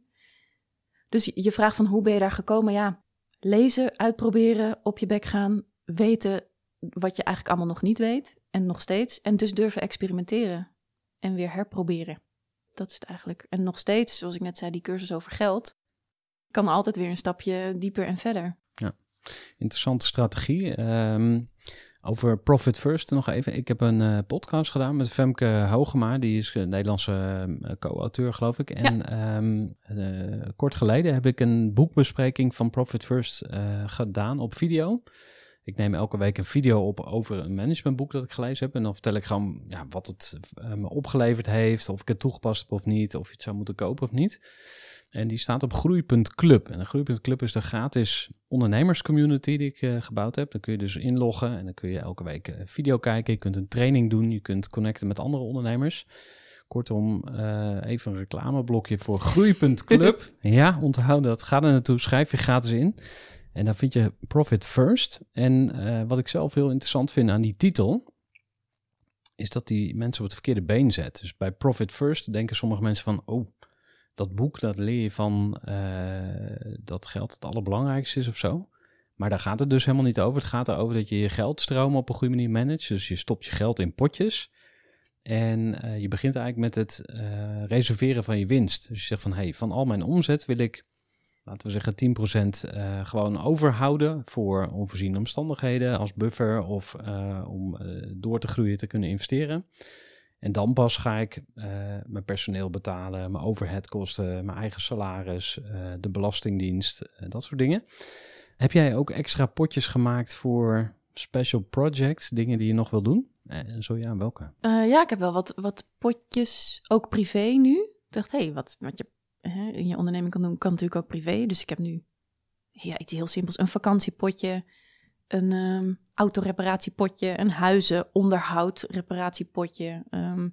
Dus je vraagt van hoe ben je daar gekomen? Ja, lezen, uitproberen, op je bek gaan, weten wat je eigenlijk allemaal nog niet weet. En nog steeds. En dus durven experimenteren. En weer herproberen. Dat is het eigenlijk. En nog steeds, zoals ik net zei, die cursus over geld kan altijd weer een stapje dieper en verder. Ja, interessante strategie. Um, over Profit First nog even. Ik heb een uh, podcast gedaan met Femke Hogema. Die is een Nederlandse uh, co-auteur, geloof ik. En ja. um, uh, kort geleden heb ik een boekbespreking van Profit First uh, gedaan op video. Ik neem elke week een video op over een managementboek dat ik gelezen heb. En dan vertel ik gewoon ja, wat het uh, me opgeleverd heeft. Of ik het toegepast heb of niet. Of je het zou moeten kopen of niet. En die staat op groei punt club. En groei punt club is de gratis ondernemerscommunity die ik uh, gebouwd heb. Dan kun je dus inloggen en dan kun je elke week uh, video kijken. Je kunt een training doen. Je kunt connecten met andere ondernemers. Kortom, uh, even een reclameblokje voor groei punt club. Ja, onthoud dat. Ga er naartoe. Schrijf je gratis in. En dan vind je Profit First. En uh, wat ik zelf heel interessant vind aan die titel, is dat die mensen op het verkeerde been zet. Dus bij Profit First denken sommige mensen van, oh, dat boek, dat leer je van uh, dat geld het allerbelangrijkste is of zo. Maar daar gaat het dus helemaal niet over. Het gaat erover dat je je geldstroom op een goede manier managt. Dus je stopt je geld in potjes. En uh, je begint eigenlijk met het uh, reserveren van je winst. Dus je zegt van, hey, van al mijn omzet wil ik, laten we zeggen, tien procent uh, gewoon overhouden voor onvoorziene omstandigheden als buffer of uh, om uh, door te groeien te kunnen investeren. En dan pas ga ik uh, mijn personeel betalen, mijn overheadkosten, mijn eigen salaris, uh, de belastingdienst, uh, dat soort dingen. Heb jij ook extra potjes gemaakt voor special projects, dingen die je nog wil doen? En zo ja, welke? Uh, ja, ik heb wel wat, wat potjes, ook privé nu. Ik dacht, hé, hey, wat, wat je hè, in je onderneming kan doen, kan natuurlijk ook privé. Dus ik heb nu ja, iets heel simpels, een vakantiepotje, een um, autoreparatiepotje, een huizenonderhoudreparatiepotje. Um,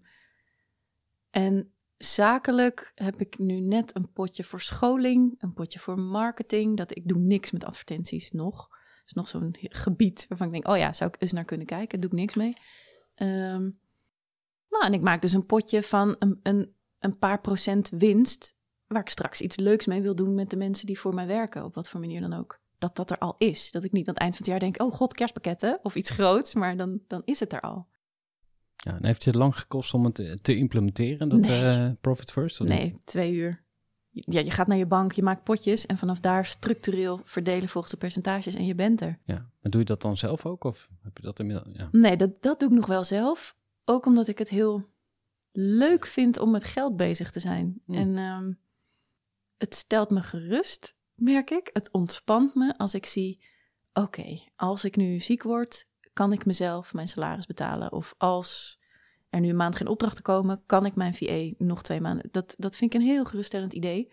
en zakelijk heb ik nu net een potje voor scholing, een potje voor marketing. Dat ik doe niks met advertenties nog. Dat is nog zo'n gebied waarvan ik denk, oh ja, zou ik eens naar kunnen kijken. Daar doe ik niks mee. Um, nou, en ik maak dus een potje van een, een, een paar procent winst, waar ik straks iets leuks mee wil doen met de mensen die voor mij werken, op wat voor manier dan ook. dat dat er al is. Dat ik niet aan het eind van het jaar denk, oh god, kerstpakketten of iets groots, maar dan, dan is het er al. Ja, en heeft het lang gekost om het te, te implementeren, dat Nee. uh, Profit First? Of Nee, niet? twee uur. Ja, je gaat naar je bank, je maakt potjes en vanaf daar structureel verdelen volgens de percentages en je bent er. Ja, maar doe je dat dan zelf ook? Of heb je dat inmiddels? Ja. Nee, dat, dat doe ik nog wel zelf. Ook omdat ik het heel leuk vind om met geld bezig te zijn. Hmm. En um, het stelt me gerust, merk ik. Het ontspant me als ik zie, oké, okay, als ik nu ziek word, kan ik mezelf mijn salaris betalen. Of als er nu een maand geen opdrachten komen, kan ik mijn V A nog twee maanden. Dat, dat vind ik een heel geruststellend idee.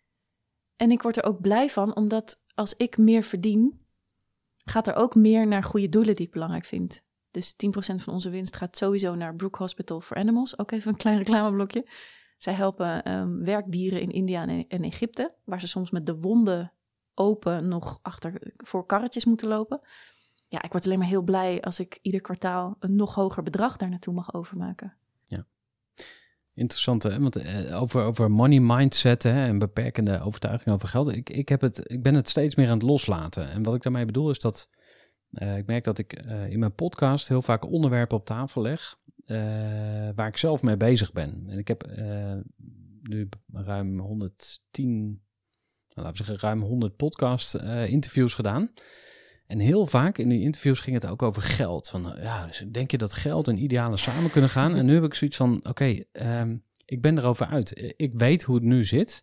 En ik word er ook blij van, omdat als ik meer verdien, gaat er ook meer naar goede doelen die ik belangrijk vind. Dus tien procent van onze winst gaat sowieso naar Brook Hospital for Animals. Ook even een klein reclameblokje. Zij helpen um, werkdieren in India en, en Egypte, waar ze soms met de wonden open nog achter voor karretjes moeten lopen. Ja, ik word alleen maar heel blij als ik ieder kwartaal een nog hoger bedrag daar naartoe mag overmaken. Ja, interessant hè, want uh, over, over money mindset hè, en beperkende overtuiging over geld. Ik, ik, heb het, ik ben het steeds meer aan het loslaten. En wat ik daarmee bedoel is dat uh, ik merk dat ik uh, in mijn podcast heel vaak onderwerpen op tafel leg uh, waar ik zelf mee bezig ben. En ik heb uh, nu ruim honderdtien, nou, laten we zeggen ruim honderd podcast uh, interviews gedaan. En heel vaak in die interviews ging het ook over geld. Van, ja, denk je dat geld en idealen samen kunnen gaan? En nu heb ik zoiets van, oké, okay, um, ik ben erover uit. Ik weet hoe het nu zit.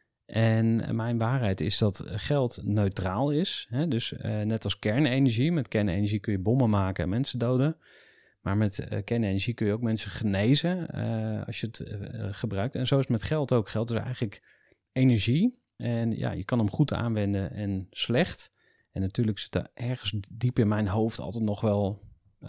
En mijn waarheid is dat geld neutraal is. Hè? Dus uh, net als kernenergie. Met kernenergie kun je bommen maken en mensen doden. Maar met uh, kernenergie kun je ook mensen genezen uh, als je het uh, gebruikt. En zo is het met geld ook. Geld is eigenlijk energie. En ja, je kan hem goed aanwenden en slecht. En natuurlijk zit er ergens diep in mijn hoofd altijd nog wel uh,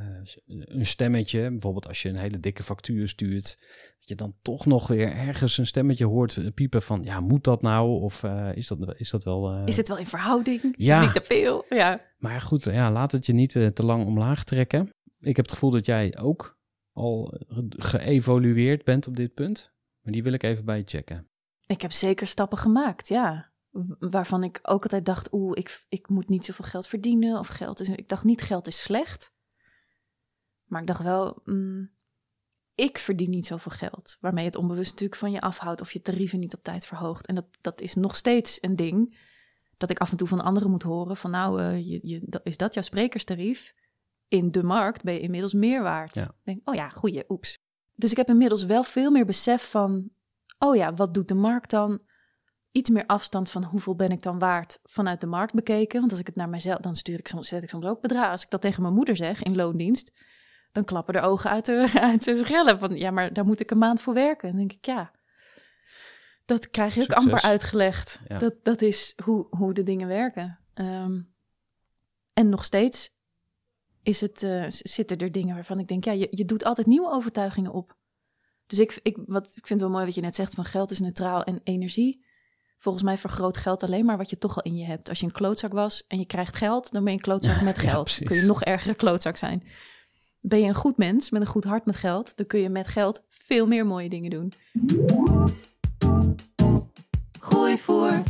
een stemmetje. Bijvoorbeeld als je een hele dikke factuur stuurt. Dat je dan toch nog weer ergens een stemmetje hoort piepen van... Ja, moet dat nou? Of uh, is, dat, is dat wel... Uh... Is het wel in verhouding? Is ja. het niet te veel? Ja. Maar goed, ja, laat het je niet uh, te lang omlaag trekken. Ik heb het gevoel dat jij ook al geëvolueerd bent op dit punt. Maar die wil ik even bij je checken. Ik heb zeker stappen gemaakt, ja. Waarvan ik ook altijd dacht, oeh, ik, ik moet niet zoveel geld verdienen. Of geld is, ik dacht niet, geld is slecht. Maar ik dacht wel, mm, ik verdien niet zoveel geld. Waarmee het onbewust natuurlijk van je afhoudt of je tarieven niet op tijd verhoogt. En dat, dat is nog steeds een ding. Dat ik af en toe van anderen moet horen van nou, uh, je, je, dat, is dat jouw sprekerstarief? In de markt ben je inmiddels meer waard. Ja. Ik denk, oh ja, goeie, oeps. Dus ik heb inmiddels wel veel meer besef van, oh ja, wat doet de markt dan? Iets meer afstand van hoeveel ben ik dan waard vanuit de markt bekeken. Want als ik het naar mezelf, dan stuur ik soms, zet ik soms ook bedragen. Als ik dat tegen mijn moeder zeg in loondienst, dan klappen de ogen uit de, uit de schellen. Van ja, maar daar moet ik een maand voor werken. En dan denk ik, ja, dat krijg je ook Succes. amper uitgelegd. Ja. Dat, dat is hoe, hoe de dingen werken. Um, en nog steeds is het, uh, zitten er dingen waarvan ik denk, ja, je, je doet altijd nieuwe overtuigingen op. Dus ik, ik, wat, ik vind het wel mooi wat je net zegt van geld is neutraal en energie. Volgens mij vergroot geld alleen maar wat je toch al in je hebt. Als je een klootzak was en je krijgt geld, dan ben je een klootzak met geld. Ja, dan kun je nog ergere klootzak zijn. Ben je een goed mens met een goed hart met geld, dan kun je met geld veel meer mooie dingen doen. Groeivoer.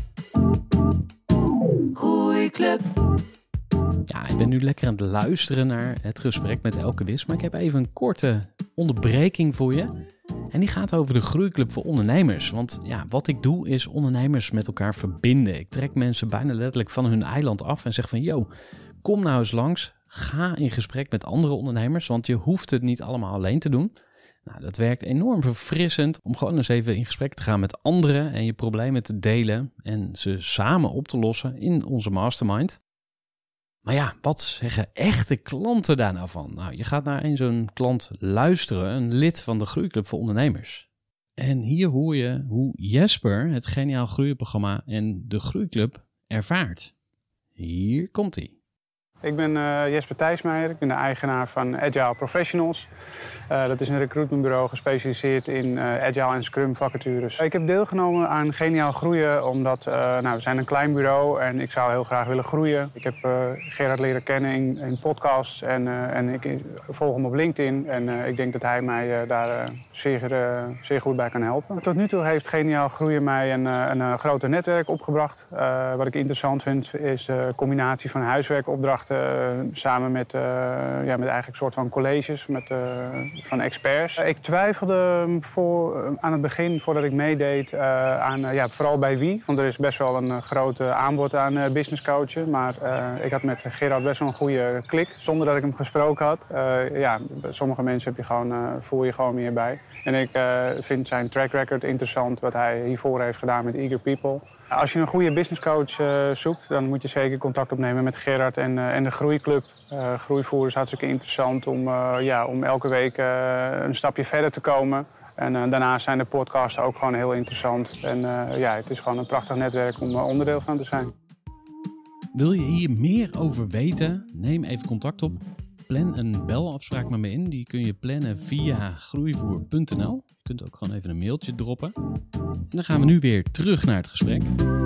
Groeiclub. Ja, ik ben nu lekker aan het luisteren naar het gesprek met Elke Wiss. Maar ik heb even een korte onderbreking voor je. En die gaat over de Groeiclub voor ondernemers. Want ja, wat ik doe is ondernemers met elkaar verbinden. Ik trek mensen bijna letterlijk van hun eiland af en zeg van... Yo, kom nou eens langs. Ga in gesprek met andere ondernemers. Want je hoeft het niet allemaal alleen te doen. Nou, dat werkt enorm verfrissend om gewoon eens even in gesprek te gaan met anderen. En je problemen te delen en ze samen op te lossen in onze mastermind. Maar ja, wat zeggen echte klanten daar nou van? Nou, je gaat naar een zo'n klant luisteren, een lid van de Groeiclub voor Ondernemers. En hier hoor je hoe Jesper het Geniaal Groeiprogramma en de Groeiclub ervaart. Hier komt-ie. Ik ben uh, Jesper Thijsmeijer, ik ben de eigenaar van Agile Professionals. Uh, dat is een recruitmentbureau gespecialiseerd in uh, Agile en Scrum vacatures. Ik heb deelgenomen aan Geniaal Groeien omdat uh, nou, we zijn een klein bureau en ik zou heel graag willen groeien. Ik heb uh, Gerard leren kennen in, in podcasts en, uh, en ik volg hem op LinkedIn. En uh, ik denk dat hij mij uh, daar uh, zeer, uh, zeer goed bij kan helpen. Tot nu toe heeft Geniaal Groeien mij een, een, een groter netwerk opgebracht. Uh, wat ik interessant vind is de combinatie van huiswerkopdrachten uh, samen met, uh, ja, met eigenlijk een soort van colleges met, uh, van experts. Uh, ik twijfelde voor, uh, aan het begin, voordat ik meedeed, uh, aan, uh, ja, vooral bij wie. Want er is best wel een uh, groot uh, aanbod aan uh, business coachen. Maar uh, ik had met Gerard best wel een goede klik, zonder dat ik hem gesproken had. Uh, ja, sommige mensen heb je gewoon, uh, voel je gewoon meer bij. En ik uh, vind zijn track record interessant, wat hij hiervoor heeft gedaan met Eager People. Als je een goede businesscoach uh, zoekt, dan moet je zeker contact opnemen met Gerard en, uh, en de Groeiclub. Uh, Groeivoer is hartstikke interessant om, uh, ja, om elke week uh, een stapje verder te komen. En uh, daarnaast zijn de podcasts ook gewoon heel interessant. En uh, ja, het is gewoon een prachtig netwerk om uh, onderdeel van te zijn. Wil je hier meer over weten? Neem even contact op. Plan een belafspraak met me in. Die kun je plannen via groeivoer punt n l. Je kunt ook gewoon even een mailtje droppen. En dan gaan we nu weer terug naar het gesprek.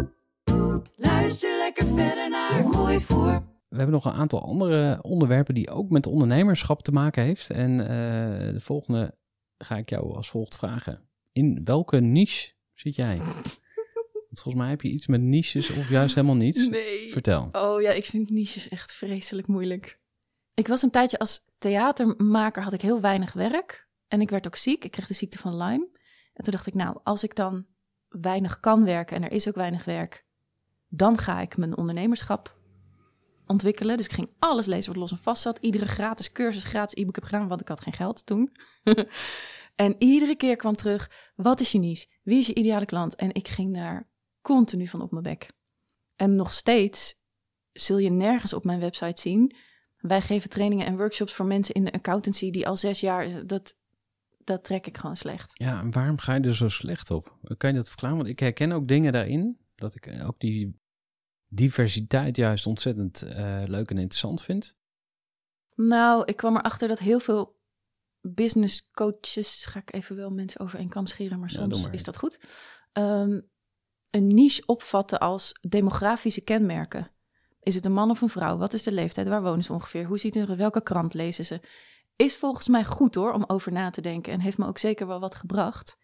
Luister lekker verder naar Groeivoer. We hebben nog een aantal andere onderwerpen die ook met ondernemerschap te maken heeft. En uh, de volgende ga ik jou als volgt vragen. In welke niche zit jij? Want volgens mij heb je iets met niches of juist helemaal niets. Nee. Vertel. Oh ja, ik vind niches echt vreselijk moeilijk. Ik was een tijdje als theatermaker, had ik heel weinig werk. En ik werd ook ziek. Ik kreeg de ziekte van Lyme. En toen dacht ik, nou, als ik dan weinig kan werken en er is ook weinig werk, dan ga ik mijn ondernemerschap ontwikkelen. Dus ik ging alles lezen wat los en vast zat. Iedere gratis cursus, gratis e-book heb gedaan, want ik had geen geld toen. En iedere keer kwam terug, wat is je niche? Wie is je ideale klant? En ik ging daar continu van op mijn bek. En nog steeds zul je nergens op mijn website zien. Wij geven trainingen en workshops voor mensen in de accountancy die al zes jaar, dat, dat trek ik gewoon slecht. Ja, en waarom ga je er zo slecht op? Kan je dat verklaren? Want ik herken ook dingen daarin, dat ik ook die diversiteit juist ontzettend uh, leuk en interessant vind. Nou, ik kwam erachter dat heel veel business coaches, ga ik even wel mensen over één kam scheren, maar soms ja, maar. is dat goed, um, een niche opvatten als demografische kenmerken. Is het een man of een vrouw? Wat is de leeftijd? Waar wonen ze ongeveer? Hoe ziet het? Welke krant lezen ze? Is volgens mij goed hoor, om over na te denken. En heeft me ook zeker wel wat gebracht.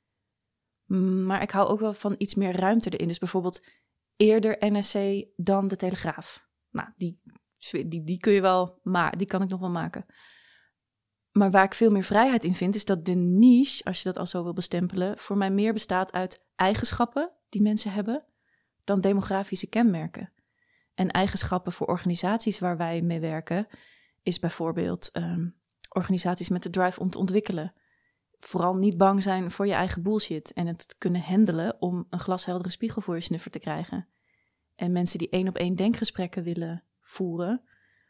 Maar ik hou ook wel van iets meer ruimte erin. Dus bijvoorbeeld eerder N R C dan de Telegraaf. Nou, die, die, die kun je wel, maar die kan ik nog wel maken. Maar waar ik veel meer vrijheid in vind, is dat de niche, als je dat al zo wil bestempelen, voor mij meer bestaat uit eigenschappen die mensen hebben dan demografische kenmerken. En eigenschappen voor organisaties waar wij mee werken is bijvoorbeeld um, organisaties met de drive om te ontwikkelen. Vooral niet bang zijn voor je eigen bullshit en het kunnen handelen om een glasheldere spiegel voor je snuffer te krijgen. En mensen die één op één denkgesprekken willen voeren,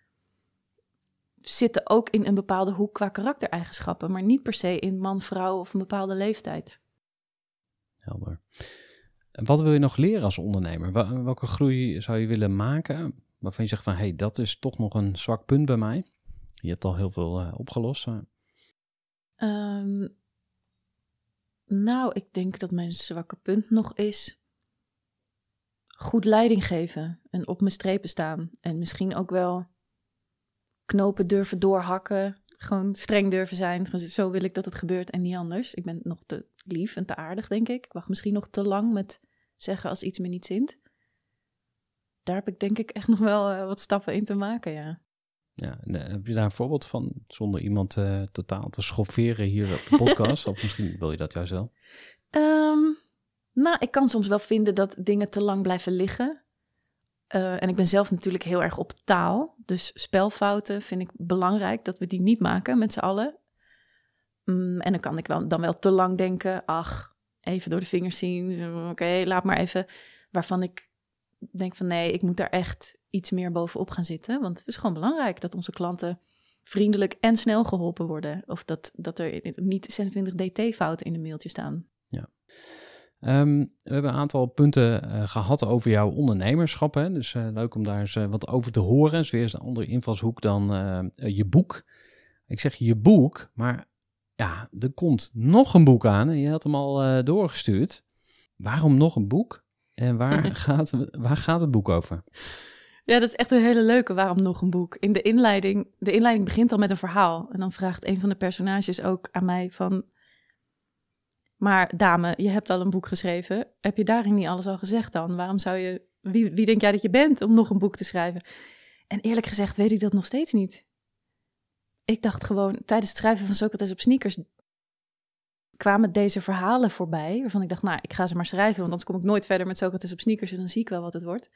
zitten ook in een bepaalde hoek qua karaktereigenschappen, maar niet per se in man, vrouw of een bepaalde leeftijd. Helder. Wat wil je nog leren als ondernemer? Welke groei zou je willen maken waarvan je zegt van, hé, hey, dat is toch nog een zwak punt bij mij? Je hebt al heel veel uh, opgelost. Um, nou, ik denk dat mijn zwakke punt nog is goed leiding geven en op mijn strepen staan. En misschien ook wel knopen durven doorhakken, gewoon streng durven zijn. Zo wil ik dat het gebeurt en niet anders. Ik ben nog te lief en te aardig, denk ik. Ik wacht misschien nog te lang met zeggen als iets me niet zint. Daar heb ik denk ik echt nog wel uh, wat stappen in te maken, ja. Ja, en, uh, heb je daar een voorbeeld van, zonder iemand uh, totaal te schofferen hier op de podcast? Of misschien wil je dat juist wel? Um, nou, ik kan soms wel vinden dat dingen te lang blijven liggen. Uh, en ik ben zelf natuurlijk heel erg op taal. Dus spelfouten vind ik belangrijk, dat we die niet maken met z'n allen. Um, en dan kan ik wel, dan wel te lang denken, ach, even door de vingers zien. Oké, okay, laat maar even. Waarvan ik denk van nee, ik moet daar echt iets meer bovenop gaan zitten. Want het is gewoon belangrijk dat onze klanten vriendelijk en snel geholpen worden. Of dat, dat er niet zesentwintig D T-fouten in de mailtje staan. Ja. Um, we hebben een aantal punten uh, gehad over jouw ondernemerschap. Hè? Dus uh, leuk om daar eens uh, wat over te horen. Het is weer eens een andere invalshoek dan uh, uh, je boek. Ik zeg je boek, maar ja, er komt nog een boek aan. En je had hem al uh, doorgestuurd. Waarom nog een boek? En waar, gaat, waar gaat het boek over? Ja, dat is echt een hele leuke. Waarom nog een boek? In de inleiding, de inleiding begint al met een verhaal. En dan vraagt een van de personages ook aan mij van... Maar dame, je hebt al een boek geschreven. Heb je daarin niet alles al gezegd dan? Waarom zou je... Wie, wie denk jij dat je bent om nog een boek te schrijven? En eerlijk gezegd weet ik dat nog steeds niet. Ik dacht gewoon, tijdens het schrijven van Socrates op sneakers... kwamen deze verhalen voorbij, waarvan ik dacht, nou, ik ga ze maar schrijven, want anders kom ik nooit verder met Socrates op sneakers en dan zie ik wel wat het wordt.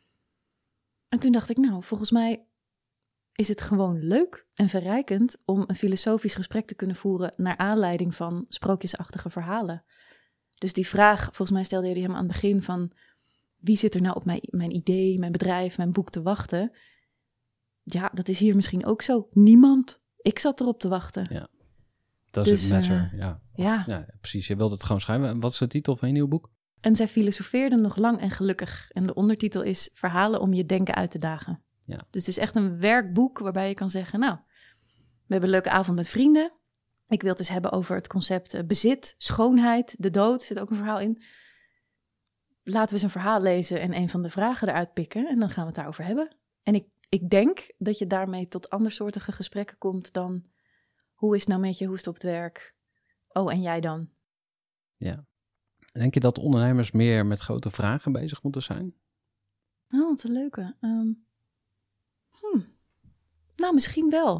En toen dacht ik, nou, volgens mij is het gewoon leuk en verrijkend om een filosofisch gesprek te kunnen voeren naar aanleiding van sprookjesachtige verhalen. Dus die vraag, volgens mij stelde je die hem aan het begin van, wie zit er nou op mijn, mijn idee, mijn bedrijf, mijn boek te wachten? Ja, dat is hier misschien ook zo. Niemand. Ik zat erop te wachten. Ja. Dat is Dus, het matter, uh, ja. Of, ja. ja. Precies, je wilt het gewoon schrijven. En wat is de titel van je nieuwe boek? En zij filosofeerden nog lang en gelukkig. En de ondertitel is Verhalen om je denken uit te dagen. Ja. Dus het is echt een werkboek waarbij je kan zeggen... nou, we hebben een leuke avond met vrienden. Ik wil het dus hebben over het concept uh, bezit, schoonheid, de dood. Er zit ook een verhaal in. Laten we eens een verhaal lezen en een van de vragen eruit pikken. En dan gaan we het daarover hebben. En ik, ik denk dat je daarmee tot andersoortige gesprekken komt dan... hoe is het nou met je, hoe is het op het werk? Oh, en jij dan? Ja. Denk je dat ondernemers meer met grote vragen bezig moeten zijn? Oh, wat een leuke. Um, hmm. Nou, misschien wel.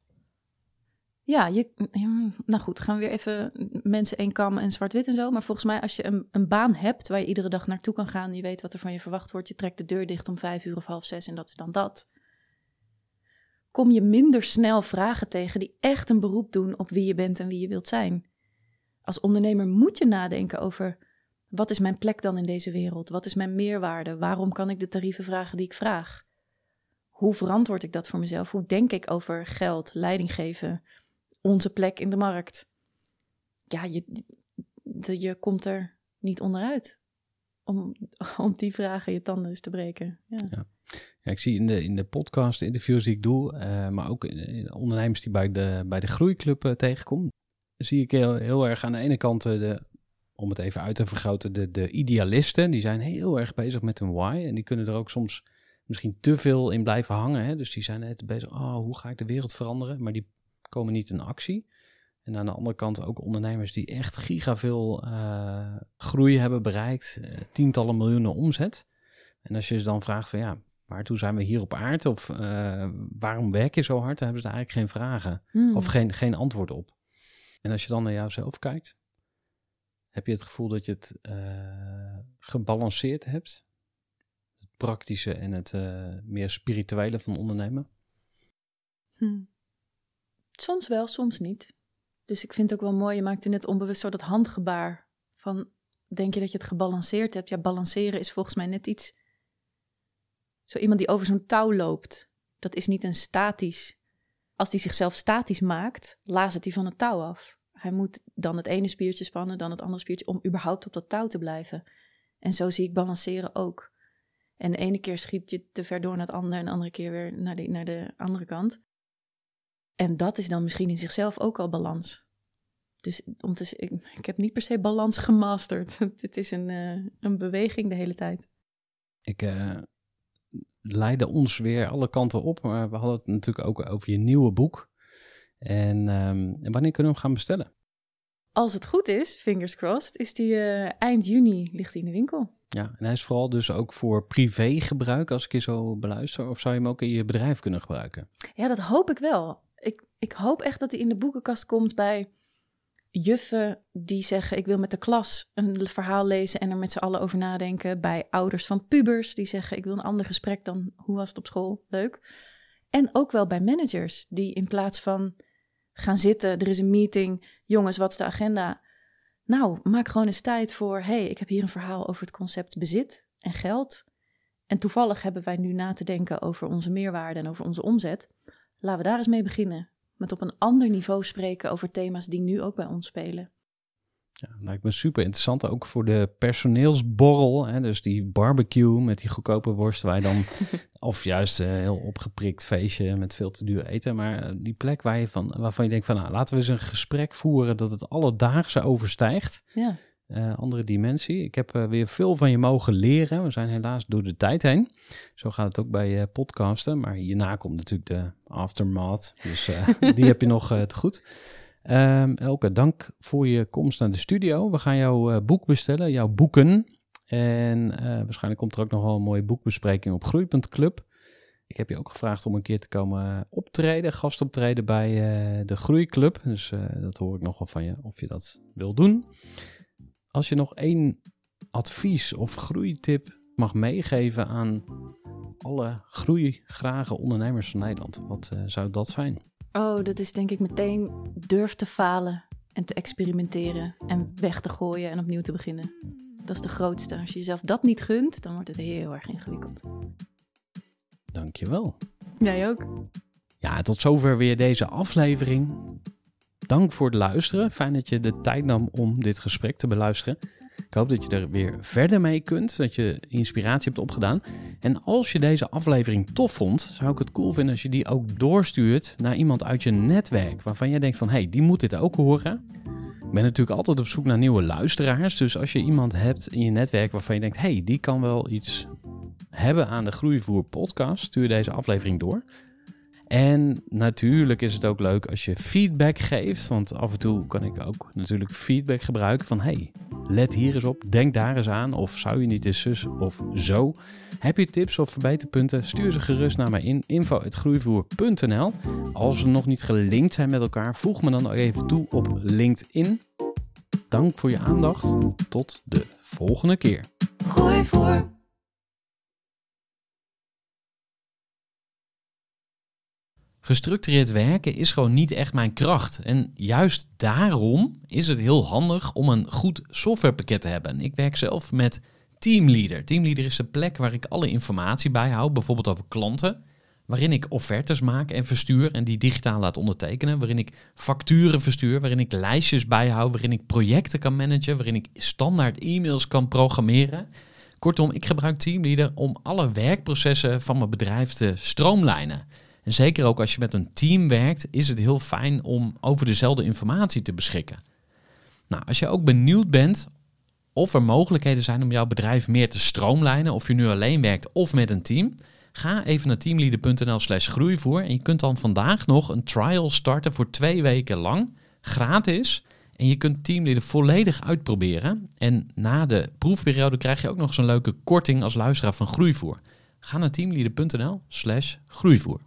Ja, je, nou goed, gaan we weer even mensen één kammen en zwart-wit en zo. Maar volgens mij als je een, een baan hebt waar je iedere dag naartoe kan gaan... je weet wat er van je verwacht wordt, je trekt de deur dicht om vijf uur of half zes en dat is dan dat... kom je minder snel vragen tegen die echt een beroep doen op wie je bent en wie je wilt zijn. Als ondernemer moet je nadenken over, wat is mijn plek dan in deze wereld? Wat is mijn meerwaarde? Waarom kan ik de tarieven vragen die ik vraag? Hoe verantwoord ik dat voor mezelf? Hoe denk ik over geld, leiding geven, onze plek in de markt? Ja, je, je, je komt er niet onderuit om, om die vragen je tanden eens te breken. Ja. Ja. Ja, ik zie in de, in de podcast, de interviews die ik doe, uh, maar ook in, in ondernemers die bij de, bij de groeiclub uh, tegenkom, zie ik heel, heel erg aan de ene kant, uh, de, om het even uit te vergroten, de, de idealisten, die zijn heel erg bezig met hun why en die kunnen er ook soms misschien te veel in blijven hangen. Hè? Dus die zijn net bezig, oh, hoe ga ik de wereld veranderen? Maar die komen niet in actie. En aan de andere kant ook ondernemers die echt gigaveel uh, groei hebben bereikt, uh, tientallen miljoenen omzet. En als je ze dan vraagt van ja, waartoe zijn we hier op aarde? Of uh, waarom werk je zo hard? Dan hebben ze daar eigenlijk geen vragen Hmm. of geen, geen antwoord op. En als je dan naar jouzelf kijkt, heb je het gevoel dat je het uh, gebalanceerd hebt? Het praktische en het uh, meer spirituele van ondernemen? Hmm. Soms wel, soms niet. Dus ik vind het ook wel mooi, je maakte net onbewust zo dat handgebaar van, denk je dat je het gebalanceerd hebt? Ja, balanceren is volgens mij net iets, zo iemand die over zo'n touw loopt. Dat is niet een statisch, als die zichzelf statisch maakt, lazert hij van het touw af. Hij moet dan het ene spiertje spannen, dan het andere spiertje, om überhaupt op dat touw te blijven. En zo zie ik balanceren ook. En de ene keer schiet je te ver door naar het andere en de andere keer weer naar de, naar de andere kant. En dat is dan misschien in zichzelf ook al balans. Dus om te, ik, ik heb niet per se balans gemasterd. Het is een, uh, een beweging de hele tijd. Ik uh, leidde ons weer alle kanten op, maar we hadden het natuurlijk ook over je nieuwe boek. En, um, en wanneer kunnen we hem gaan bestellen? Als het goed is, fingers crossed, is die uh, eind juni ligt die in de winkel. Ja, en hij is vooral dus ook voor privégebruik, als ik je zo beluister. Of zou je hem ook in je bedrijf kunnen gebruiken? Ja, dat hoop ik wel. Ik, ik hoop echt dat hij in de boekenkast komt bij juffen die zeggen, ik wil met de klas een verhaal lezen en er met z'n allen over nadenken. Bij ouders van pubers die zeggen, ik wil een ander gesprek dan hoe was het op school, leuk. En ook wel bij managers die in plaats van gaan zitten, er is een meeting, jongens, wat is de agenda? Nou, maak gewoon eens tijd voor, hey, ik heb hier een verhaal over het concept bezit en geld. En toevallig hebben wij nu na te denken over onze meerwaarde en over onze omzet. Laten we daar eens mee beginnen. Met op een ander niveau spreken over thema's die nu ook bij ons spelen. Ja, lijkt me super interessant. Ook voor de personeelsborrel. Hè? Dus die barbecue met die goedkope worst waar je dan... of juist een uh, heel opgeprikt feestje met veel te duur eten. Maar uh, die plek waar je van, waarvan je denkt van... nou, laten we eens een gesprek voeren dat het alledaagse overstijgt. Ja. Uh, andere dimensie. Ik heb uh, weer veel van je mogen leren. We zijn helaas door de tijd heen. Zo gaat het ook bij uh, podcasten. Maar hierna komt natuurlijk de aftermath. Dus uh, die heb je nog uh, te goed. Um, Elke, dank voor je komst naar de studio. We gaan jouw uh, boek bestellen, jouw boeken. En uh, waarschijnlijk komt er ook nog wel een mooie boekbespreking op groei punt club. Ik heb je ook gevraagd om een keer te komen optreden, gastoptreden bij uh, de Groeiclub. Dus uh, dat hoor ik nog wel van je, of je dat wil doen. Als je nog één advies of groeitip mag meegeven aan alle groeigrage ondernemers van Nederland, wat uh, zou dat zijn? Oh, dat is denk ik meteen durf te falen en te experimenteren en weg te gooien en opnieuw te beginnen. Dat is de grootste. Als je jezelf dat niet gunt, dan wordt het heel erg ingewikkeld. Dankjewel. Jij ook. Ja, tot zover weer deze aflevering. Dank voor het luisteren. Fijn dat je de tijd nam om dit gesprek te beluisteren. Ik hoop dat je er weer verder mee kunt, dat je inspiratie hebt opgedaan. En als je deze aflevering tof vond, zou ik het cool vinden als je die ook doorstuurt naar iemand uit je netwerk, waarvan jij denkt van, hé, hey, die moet dit ook horen. Ik ben natuurlijk altijd op zoek naar nieuwe luisteraars, dus als je iemand hebt in je netwerk waarvan je denkt, hé, hey, die kan wel iets hebben aan de Groeivoer podcast, stuur deze aflevering door. En natuurlijk is het ook leuk als je feedback geeft, want af en toe kan ik ook natuurlijk feedback gebruiken van, hey, let hier eens op, denk daar eens aan, of zou je niet eens zus of zo. Heb je tips of verbeterpunten, stuur ze gerust naar mij in, info apenstaartje groeivoer punt n l. Als we nog niet gelinkt zijn met elkaar, voeg me dan ook even toe op LinkedIn. Dank voor je aandacht, tot de volgende keer. Groeivoer. Gestructureerd werken is gewoon niet echt mijn kracht. En juist daarom is het heel handig om een goed softwarepakket te hebben. Ik werk zelf met Teamleader. Teamleader is de plek waar ik alle informatie bijhoud, bijvoorbeeld over klanten, waarin ik offertes maak en verstuur en die digitaal laat ondertekenen, waarin ik facturen verstuur, waarin ik lijstjes bijhoud, waarin ik projecten kan managen, waarin ik standaard e-mails kan programmeren. Kortom, ik gebruik Teamleader om alle werkprocessen van mijn bedrijf te stroomlijnen. En zeker ook als je met een team werkt, is het heel fijn om over dezelfde informatie te beschikken. Nou, als je ook benieuwd bent of er mogelijkheden zijn om jouw bedrijf meer te stroomlijnen, of je nu alleen werkt of met een team, ga even naar teamleader punt n l slash groeivoer en je kunt dan vandaag nog een trial starten voor twee weken lang, gratis. En je kunt Teamleader volledig uitproberen. En na de proefperiode krijg je ook nog eens een leuke korting als luisteraar van Groeivoer. Ga naar teamleader punt n l slash groeivoer.